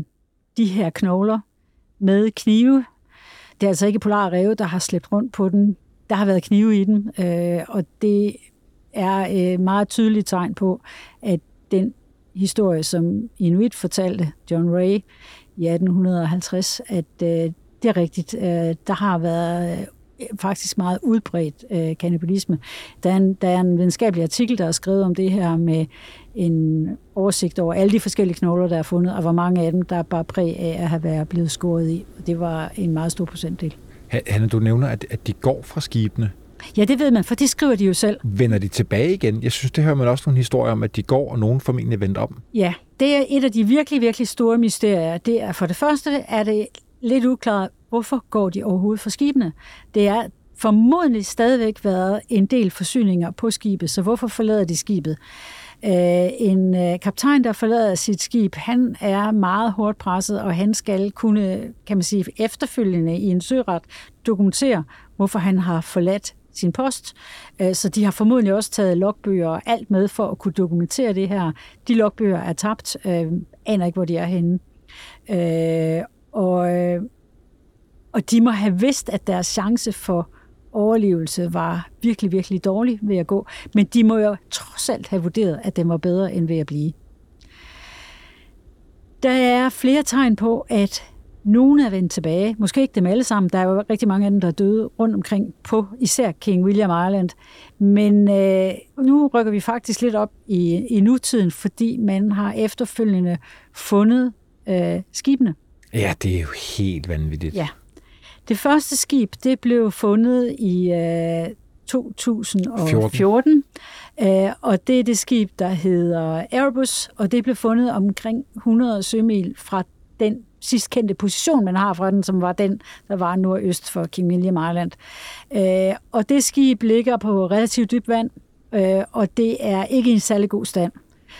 de her knogler med knive. Det er altså ikke Polar Ræve, der har slæbt rundt på den. Der har været knive i den, øh, og det er et meget tydeligt tegn på, at den historie, som Inuit fortalte, John Ray, i atten halvtreds, at øh, det er rigtigt. Øh, der har været øh, faktisk meget udbredt øh, kannibalisme. Der er, en, der er en videnskabelig artikel, der er skrevet om det her med en oversigt over alle de forskellige knogler, der er fundet, og hvor mange af dem, der er bare præg af at have været blevet skåret i. Og det var en meget stor procentdel. Hanne, du nævner, at, at de går fra skibene. Ja, det ved man, for det skriver de jo selv. Vender de tilbage igen? Jeg synes, det hører man også nogle historier om, at de går, og nogen formentlig vendt om. Ja, det er et af de virkelig, virkelig store mysterier. Det er for det første, er det lidt uklart, hvorfor går de overhovedet fra skibene? Det er formodentlig stadigvæk været en del forsyninger på skibet, så hvorfor forlader de skibet? En kaptajn, der forlader sit skib, han er meget hårdt presset, og han skal kunne, kan man sige, efterfølgende i en søret dokumentere, hvorfor han har forladt sin post. Så de har formodentlig også taget logbøger og alt med for at kunne dokumentere det her. De logbøger er tabt, aner ikke, hvor de er henne. Og, og de må have vidst, at deres chance for overlevelse var virkelig, virkelig dårlig ved at gå. Men de må jo trods alt have vurderet, at den var bedre end ved at blive. Der er flere tegn på, at nogle er vendt tilbage. Måske ikke dem alle sammen. Der er jo rigtig mange af dem, der er døde rundt omkring på især King William Island. Men øh, nu rykker vi faktisk lidt op i, i nutiden, fordi man har efterfølgende fundet øh, skibene. Ja, det er jo helt vanvittigt. Ja. Det første skib, det blev fundet i øh, to tusind og fjorten, øh, og det er det skib, der hedder Erebus, og det blev fundet omkring hundrede sømil fra den sidst kendte position, man har fra den, som var den, der var nordøst for King William Island. Øh, og det skib ligger på relativt dybt vand, øh, og det er ikke i en særlig god stand.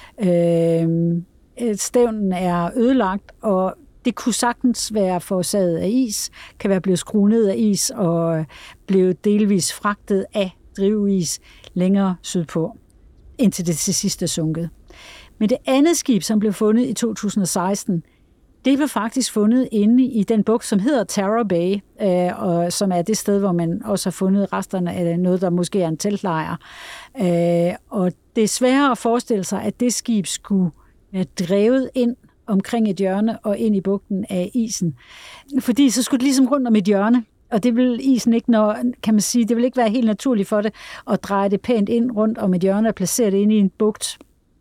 Øh, stævnen er ødelagt, og det kunne sagtens være forårsaget af is, kan være blevet skruet ned af is og blevet delvis fragtet af drivis længere sydpå, indtil det til sidst er sunket. Men det andet skib, som blev fundet i to tusind og seksten, det blev faktisk fundet inde i den bugt, som hedder Tara Bay, øh, og som er det sted, hvor man også har fundet resterne af noget, der måske er en teltlejr. Øh, og det er sværere at forestille sig, at det skib skulle være drevet ind omkring et hjørne og ind i bugten af isen. Fordi så skulle det ligesom rundt om et hjørne, og det vil isen ikke, når, kan man sige, det vil ikke være helt naturligt for det at dreje det pænt ind rundt om et hjørne og placere det ind i en bugt.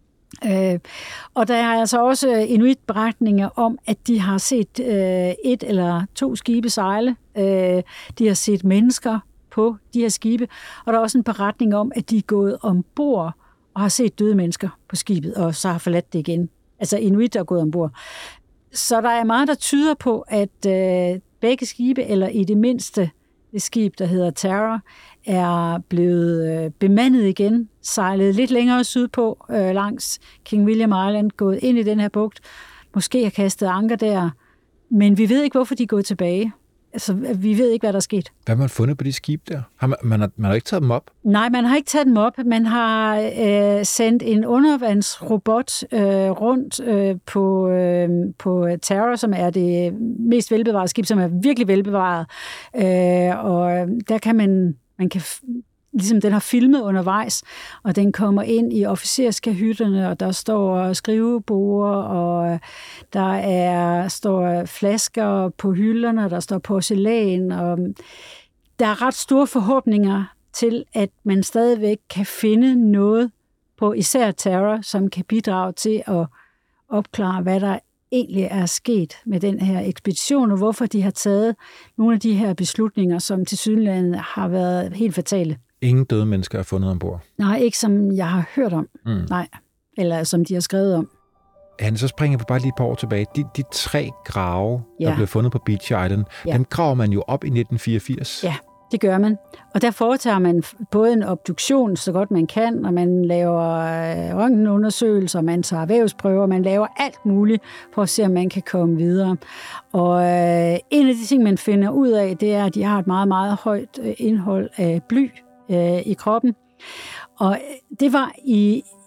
Øh, og der er altså også inuit-beretninger om, at de har set øh, et eller to skibe sejle. Øh, de har set mennesker på de her skibe, og der er også en beretning om, at de er gået ombord og har set døde mennesker på skibet, og så har forladt det igen. Altså inuit er gået ombord. Så der er meget, der tyder på, at øh, begge skibe, eller i det mindste det skib, der hedder Tara, er blevet øh, bemandet igen, sejlet lidt længere sydpå øh, langs King William Island, gået ind i den her bugt, måske har kastet anker der, men vi ved ikke, hvorfor de er gået tilbage. Altså, vi ved ikke, hvad der er sket. Hvad har man fundet på de skib der? Har man, man, har, man har ikke taget dem op? Nej, man har ikke taget dem op. Man har øh, sendt en undervandsrobot øh, rundt øh, på, øh, på Tara, som er det mest velbevarede skib, som er virkelig velbevaret. Øh, og der kan man, man kan, ligesom den har filmet undervejs, og den kommer ind i officerskahytterne, og der står skriveborde, og der er, står flasker på hylderne, og der står porcelæn, og der er ret store forhåbninger til, at man stadigvæk kan finde noget på især Tara, som kan bidrage til at opklare, hvad der egentlig er sket med den her ekspedition, og hvorfor de har taget nogle af de her beslutninger, som tilsyneladende har været helt fatale. Ingen døde mennesker er fundet ombord? Nej, ikke som jeg har hørt om. Mm. Nej, eller som de har skrevet om. Han, så springer vi bare lige et par år tilbage. De, de tre grave, ja. der blev fundet på Beech Island, ja. dem graver man jo op i nitten fireogfirs. Ja, det gør man. Og der foretager man både en obduktion, så godt man kan, og man laver røntgenundersøgelser, man tager vævsprøver, man laver alt muligt for at se, om man kan komme videre. Og øh, en af de ting, man finder ud af, det er, at de har et meget, meget højt indhold af bly øh, i kroppen. Og det var i,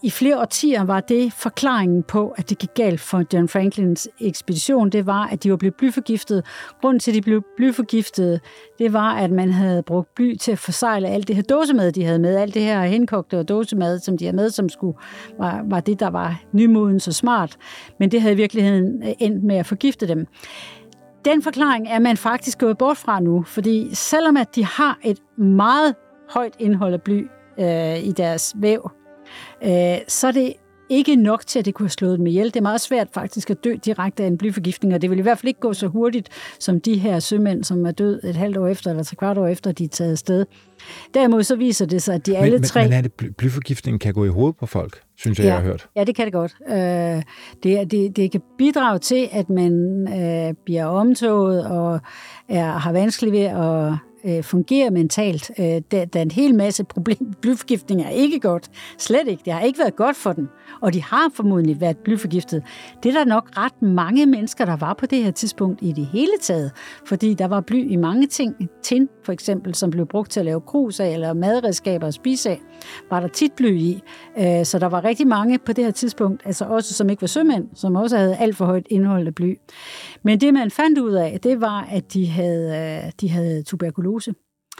i flere årtier var det forklaringen på, at det gik galt for John Franklins ekspedition. Det var, at de var blevet blyforgiftet. Grunden til, at de blev blyforgiftet, det var, at man havde brugt bly til at forsegle alt det her dåsemad, de havde med. Alt det her henkogte og dåsemad, som de havde med, som skulle, var, var det, der var nymoden så smart. Men det havde i virkeligheden endt med at forgifte dem. Den forklaring er man faktisk gået bort fra nu, fordi selvom at de har et meget højt indhold af bly øh, i deres væv, øh, så er det ikke nok til, at det kunne have slået dem ihjel. Det er meget svært faktisk at dø direkte af en blyforgiftning, og det vil i hvert fald ikke gå så hurtigt som de her sømænd, som er død et halvt år efter, eller tre kvart år efter, de er taget afsted. Derimod så viser det sig, at de alle men, tre... Men er det blyforgiftningen kan gå i hovedet på folk, synes jeg, ja, jeg har hørt. Ja, det kan det godt. Øh, det, det, det kan bidrage til, at man øh, bliver omtoget og er, har vanskeligt ved at øh, fungere mentalt. Øh, der, der er en hel masse problemer. Blyforgiftning er ikke godt. Slet ikke. Det har ikke været godt for dem. Og de har formodentlig været blyforgiftet. Det er der nok ret mange mennesker, der var på det her tidspunkt i det hele taget. Fordi der var bly i mange ting. Tin for eksempel, som blev brugt til at lave krus af, eller madredskaber og spise af, var der tit bly i. Øh, så der var rigtig mange på det her tidspunkt, altså også som ikke var sømænd, som også havde alt for højt indhold af bly. Men det, man fandt ud af, det var, at de havde, de havde tuberkulose.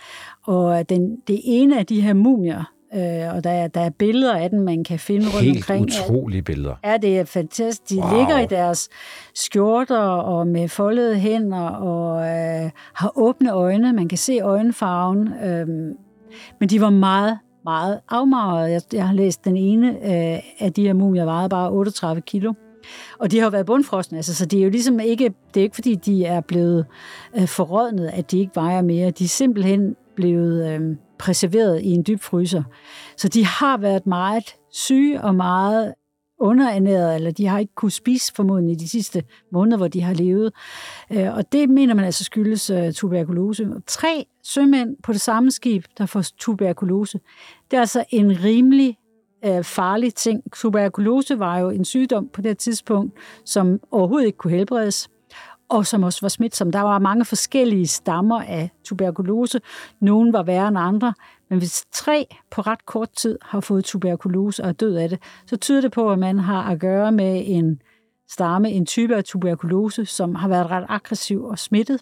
Og den, det ene af de her mumier, øh, og der er, der er billeder af dem, man kan finde rundt Helt omkring. Helt utrolige billeder. Ja, det er fantastisk. De wow. ligger i deres skjorter og med foldede hænder og øh, har åbne øjne. Man kan se øjenfarven. Øh, men de var meget, meget afmagrede. Jeg, jeg har læst den ene øh, af de her mumier vejede bare otteogtredive kilo. Og de har været bundfrosne, altså, så det er jo ligesom ikke, det er ikke fordi, de er blevet øh, forrådnet, at de ikke vejer mere. De er simpelthen blevet øh, preserveret i en dyb fryser. Så de har været meget syge og meget underernæret, eller de har ikke kunne spise formodentlig de sidste måneder, hvor de har levet. Øh, og det mener man altså skyldes øh, tuberkulose. Tre sømænd på det samme skib, der får tuberkulose. Det er altså en rimelig farlig ting. Tuberkulose var jo en sygdom på det tidspunkt, som overhovedet ikke kunne helbredes, og som også var smitsom. Der var mange forskellige stammer af tuberkulose. Nogle var værre end andre, men hvis tre på ret kort tid har fået tuberkulose og er død af det, så tyder det på, at man har at gøre med en stamme, en type af tuberkulose, som har været ret aggressiv og smittet.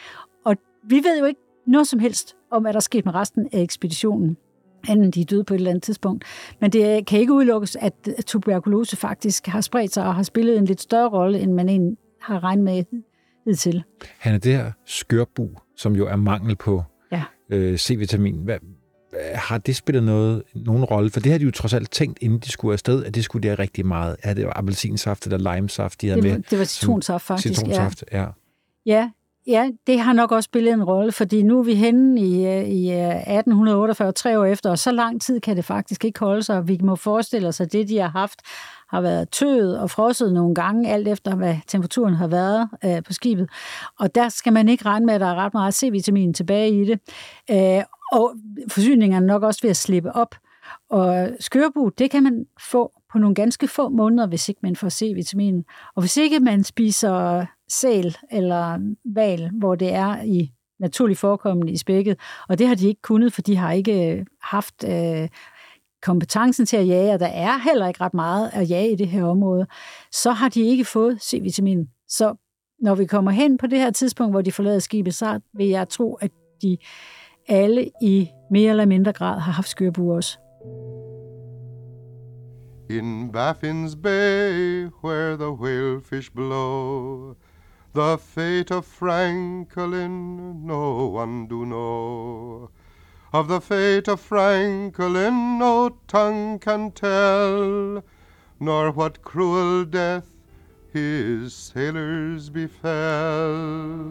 Og vi ved jo ikke noget som helst om, hvad der er sket med resten af ekspeditionen, anden de er døde på et eller andet tidspunkt. Men det kan ikke udelukkes, at tuberkulose faktisk har spredt sig og har spillet en lidt større rolle, end man egentlig har regnet med hidtil. Han er det her skørbu, som jo er mangel på ja. øh, C-vitamin. Hvad, har det spillet noget, nogen rolle? For det har de jo trods alt tænkt, inden de skulle afsted, at det skulle de have rigtig meget. Er det appelsinsaft eller limesaft, de havde det, med? Det var citronsaft, faktisk. Citronsaft, ja. ja. Ja, Ja, det har nok også spillet en rolle, fordi nu er vi henne i, i atten otteogfyrre, tre år efter, og så lang tid kan det faktisk ikke holde sig. Vi må forestille os, at det, de har haft, har været tøet og frosset nogle gange, alt efter hvad temperaturen har været øh, på skibet. Og der skal man ikke regne med, at der er ret meget C-vitamin tilbage i det. Øh, og forsyningerne er nok også ved at slippe op. Og skørbu, det kan man få på nogle ganske få måneder, hvis ikke man får C-vitamin. Og hvis ikke man spiser sæl eller hval, hvor det er i naturligt forekommende i spækket, og det har de ikke kunnet, for de har ikke haft øh, kompetencen til at jage, og der er heller ikke ret meget at jage i det her område, så har de ikke fået C-vitamin. Så når vi kommer hen på det her tidspunkt, hvor de forlader skibet, så vil jeg tro, at de alle i mere eller mindre grad har haft skørbu også. In Baffin's Bay, where the whalefish blow, the fate of Franklin no one do know. Of the fate of Franklin no tongue can tell, nor what cruel death his sailors befell.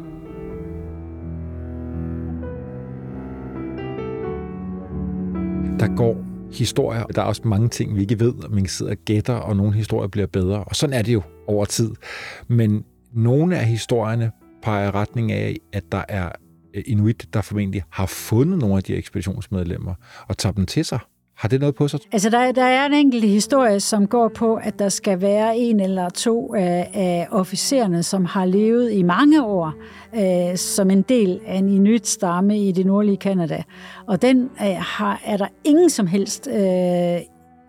Der går historier. Der er også mange ting, vi ikke ved, og man sidder og gætter, og nogle historier bliver bedre. Og sådan er det jo over tid. Men nogle af historierne peger retning af, at der er inuit, der formentlig har fundet nogle af de ekspeditionsmedlemmer og tager dem til sig. Har det noget på sig? Altså, der, der er en enkelt historie, som går på, at der skal være en eller to af, af officererne, som har levet i mange år øh, som en del af en inuit-stamme i det nordlige Canada. Og den øh, har, er der ingen som helst øh,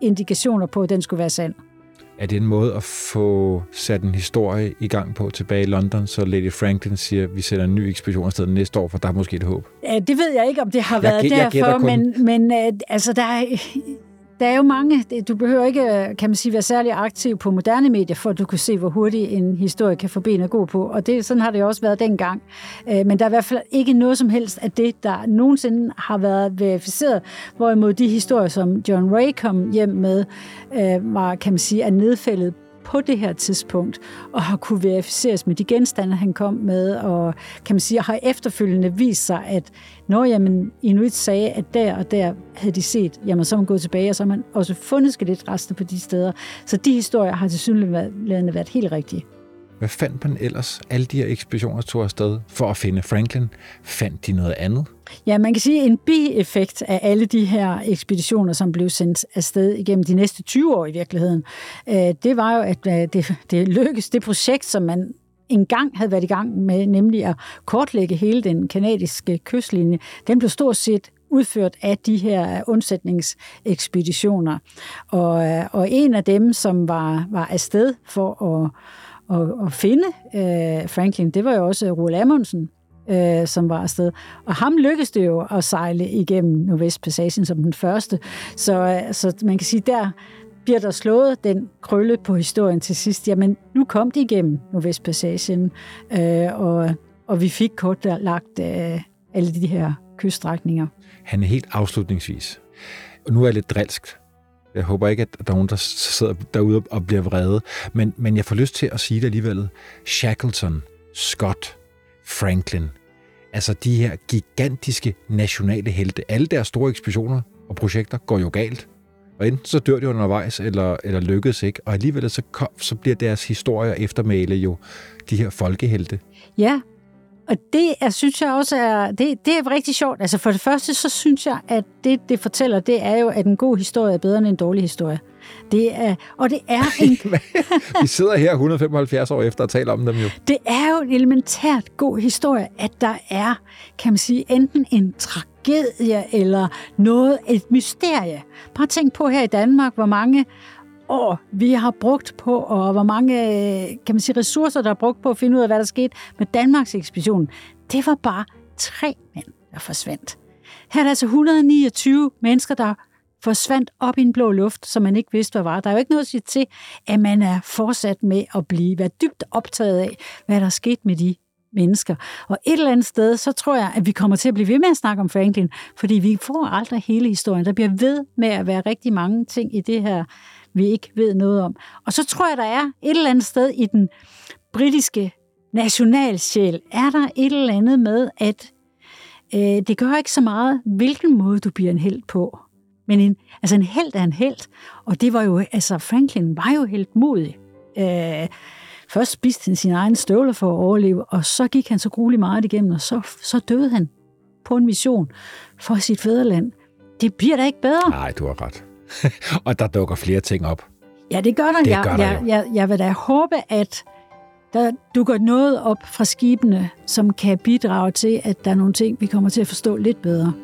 indikationer på, at den skulle være sand. Er det en måde at få sat en historie i gang på tilbage i London, så Lady Franklin siger, at vi sætter en ny ekspedition afsted næste år, for der er måske et håb? Ja, det ved jeg ikke, om det har jeg, været jeg derfor, men, men uh, altså, der er, der er jo mange. Du behøver ikke, kan man sige, være særlig aktiv på moderne medier, for at du kan se, hvor hurtigt en historie kan få ben at gå på. Og det, sådan har det jo også været dengang. Uh, men der er i hvert fald ikke noget som helst af det, der nogensinde har været verificeret, hvorimod de historier, som John Ray kom hjem med, uh, var, kan man sige, er nedfældet på det her tidspunkt, og har kunne verificeres med de genstande, han kom med, og kan man sige, har efterfølgende vist sig, at når jamen, Inuit sagde, at der og der havde de set, jamen så er man gået tilbage, og så har man også fundet skeletrester på de steder. Så de historier har tilsyneladende været helt rigtige. Hvad fandt man ellers? Alle de her ekspeditioner tog afsted for at finde Franklin. Fandt de noget andet? Ja, man kan sige, at en bieffekt af alle de her ekspeditioner, som blev sendt afsted igennem de næste tyve år i virkeligheden, det var jo, at det, det lykkedes, det projekt, som man engang havde været i gang med, nemlig at kortlægge hele den kanadiske kystlinje, den blev stort set udført af de her undsætningsekspeditioner. Og, og en af dem, som var, var afsted for at Og, og finde øh, Franklin, det var jo også Roald Amundsen, øh, som var afsted. Og ham lykkedes det jo at sejle igennem Nordvestpassagen som den første. Så, øh, så man kan sige, der bliver der slået den krølle på historien til sidst. Jamen, nu kom de igennem Nordvestpassagen, øh, og, og vi fik kortlagt øh, alle de her kyststrækninger. Han er helt afslutningsvis. Og nu er jeg lidt drilsk. Jeg håber ikke, at der er nogen, der sidder derude og bliver vrede. Men, men jeg får lyst til at sige det alligevel. Shackleton, Scott, Franklin. Altså de her gigantiske nationale helte. Alle deres store ekspeditioner og projekter går jo galt. Og enten så dør de undervejs, eller, eller lykkes ikke. Og alligevel så, kom, så bliver deres historier eftermæle jo de her folkehelte. Ja, og det er, synes jeg også er, det, det er rigtig sjovt. Altså for det første, så synes jeg, at det, det fortæller, det er jo, at en god historie er bedre end en dårlig historie. Det er, og det er en... Vi sidder her et hundrede og femoghalvfjerds år efter og taler om dem jo. Det er jo en elementært god historie, at der er, kan man sige, enten en tragedie eller noget, et mysterie. Bare tænk på her i Danmark, hvor mange år vi har brugt på, og hvor mange, kan man sige, ressourcer, der er brugt på at finde ud af, hvad der skete med Danmarks ekspedition. Det var bare tre mænd, der forsvandt. Her er der altså et hundrede og niogtyve mennesker, der forsvandt op i en blå luft, som man ikke vidste, hvad var. Der er jo ikke noget at sige til, at man er fortsat med at blive, være dybt optaget af, hvad der er sket med de mennesker. Og et eller andet sted, så tror jeg, at vi kommer til at blive ved med at snakke om Franklin, fordi vi får aldrig hele historien. Der bliver ved med at være rigtig mange ting i det her, vi ikke ved noget om. Og så tror jeg, der er et eller andet sted i den britiske nationalsjæl, er der et eller andet med, at øh, det gør ikke så meget, hvilken måde du bliver en helt på. Men en, altså en helt er en helt, og det var jo, altså Franklin var jo helt modig. Øh, først spiste han sine egne støvler for at overleve, og så gik han så grueligt meget igennem, og så, så døde han på en mission for sit fædreland. Det bliver da ikke bedre. Nej, du har ret. Og der dukker flere ting op. Ja, det gør der. Det jeg, gør der jeg, jeg, jeg vil da håbe, at der dukker noget op fra skibene, som kan bidrage til, at der er nogle ting, vi kommer til at forstå lidt bedre.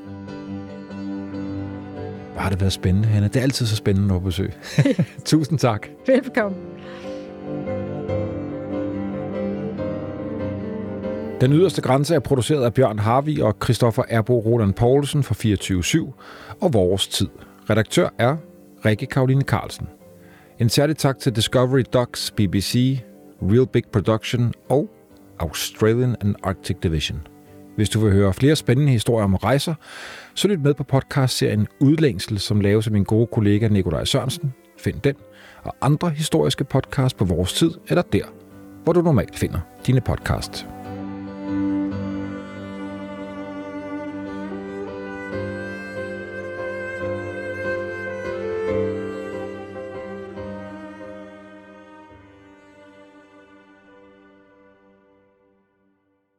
Hvor har det været spændende, Hanne. Det er altid så spændende at besøge. Tusind tak. Velkommen. Den yderste grænse er produceret af Bjørn Harvig og Christoffer Erbo Roland Poulsen for fireogtyve syv og Vores Tid. Redaktør er Rikke Karoline Carlsen. En særlig tak til Discovery Docs, B B C, Real Big Production og Australian and Arctic Division. Hvis du vil høre flere spændende historier om rejser, så lyt med på podcastserien Udlængsel, som laves af min gode kollega Nikolaj Sørensen. Find den og andre historiske podcasts på Vores Tid eller der, hvor du normalt finder dine podcasts.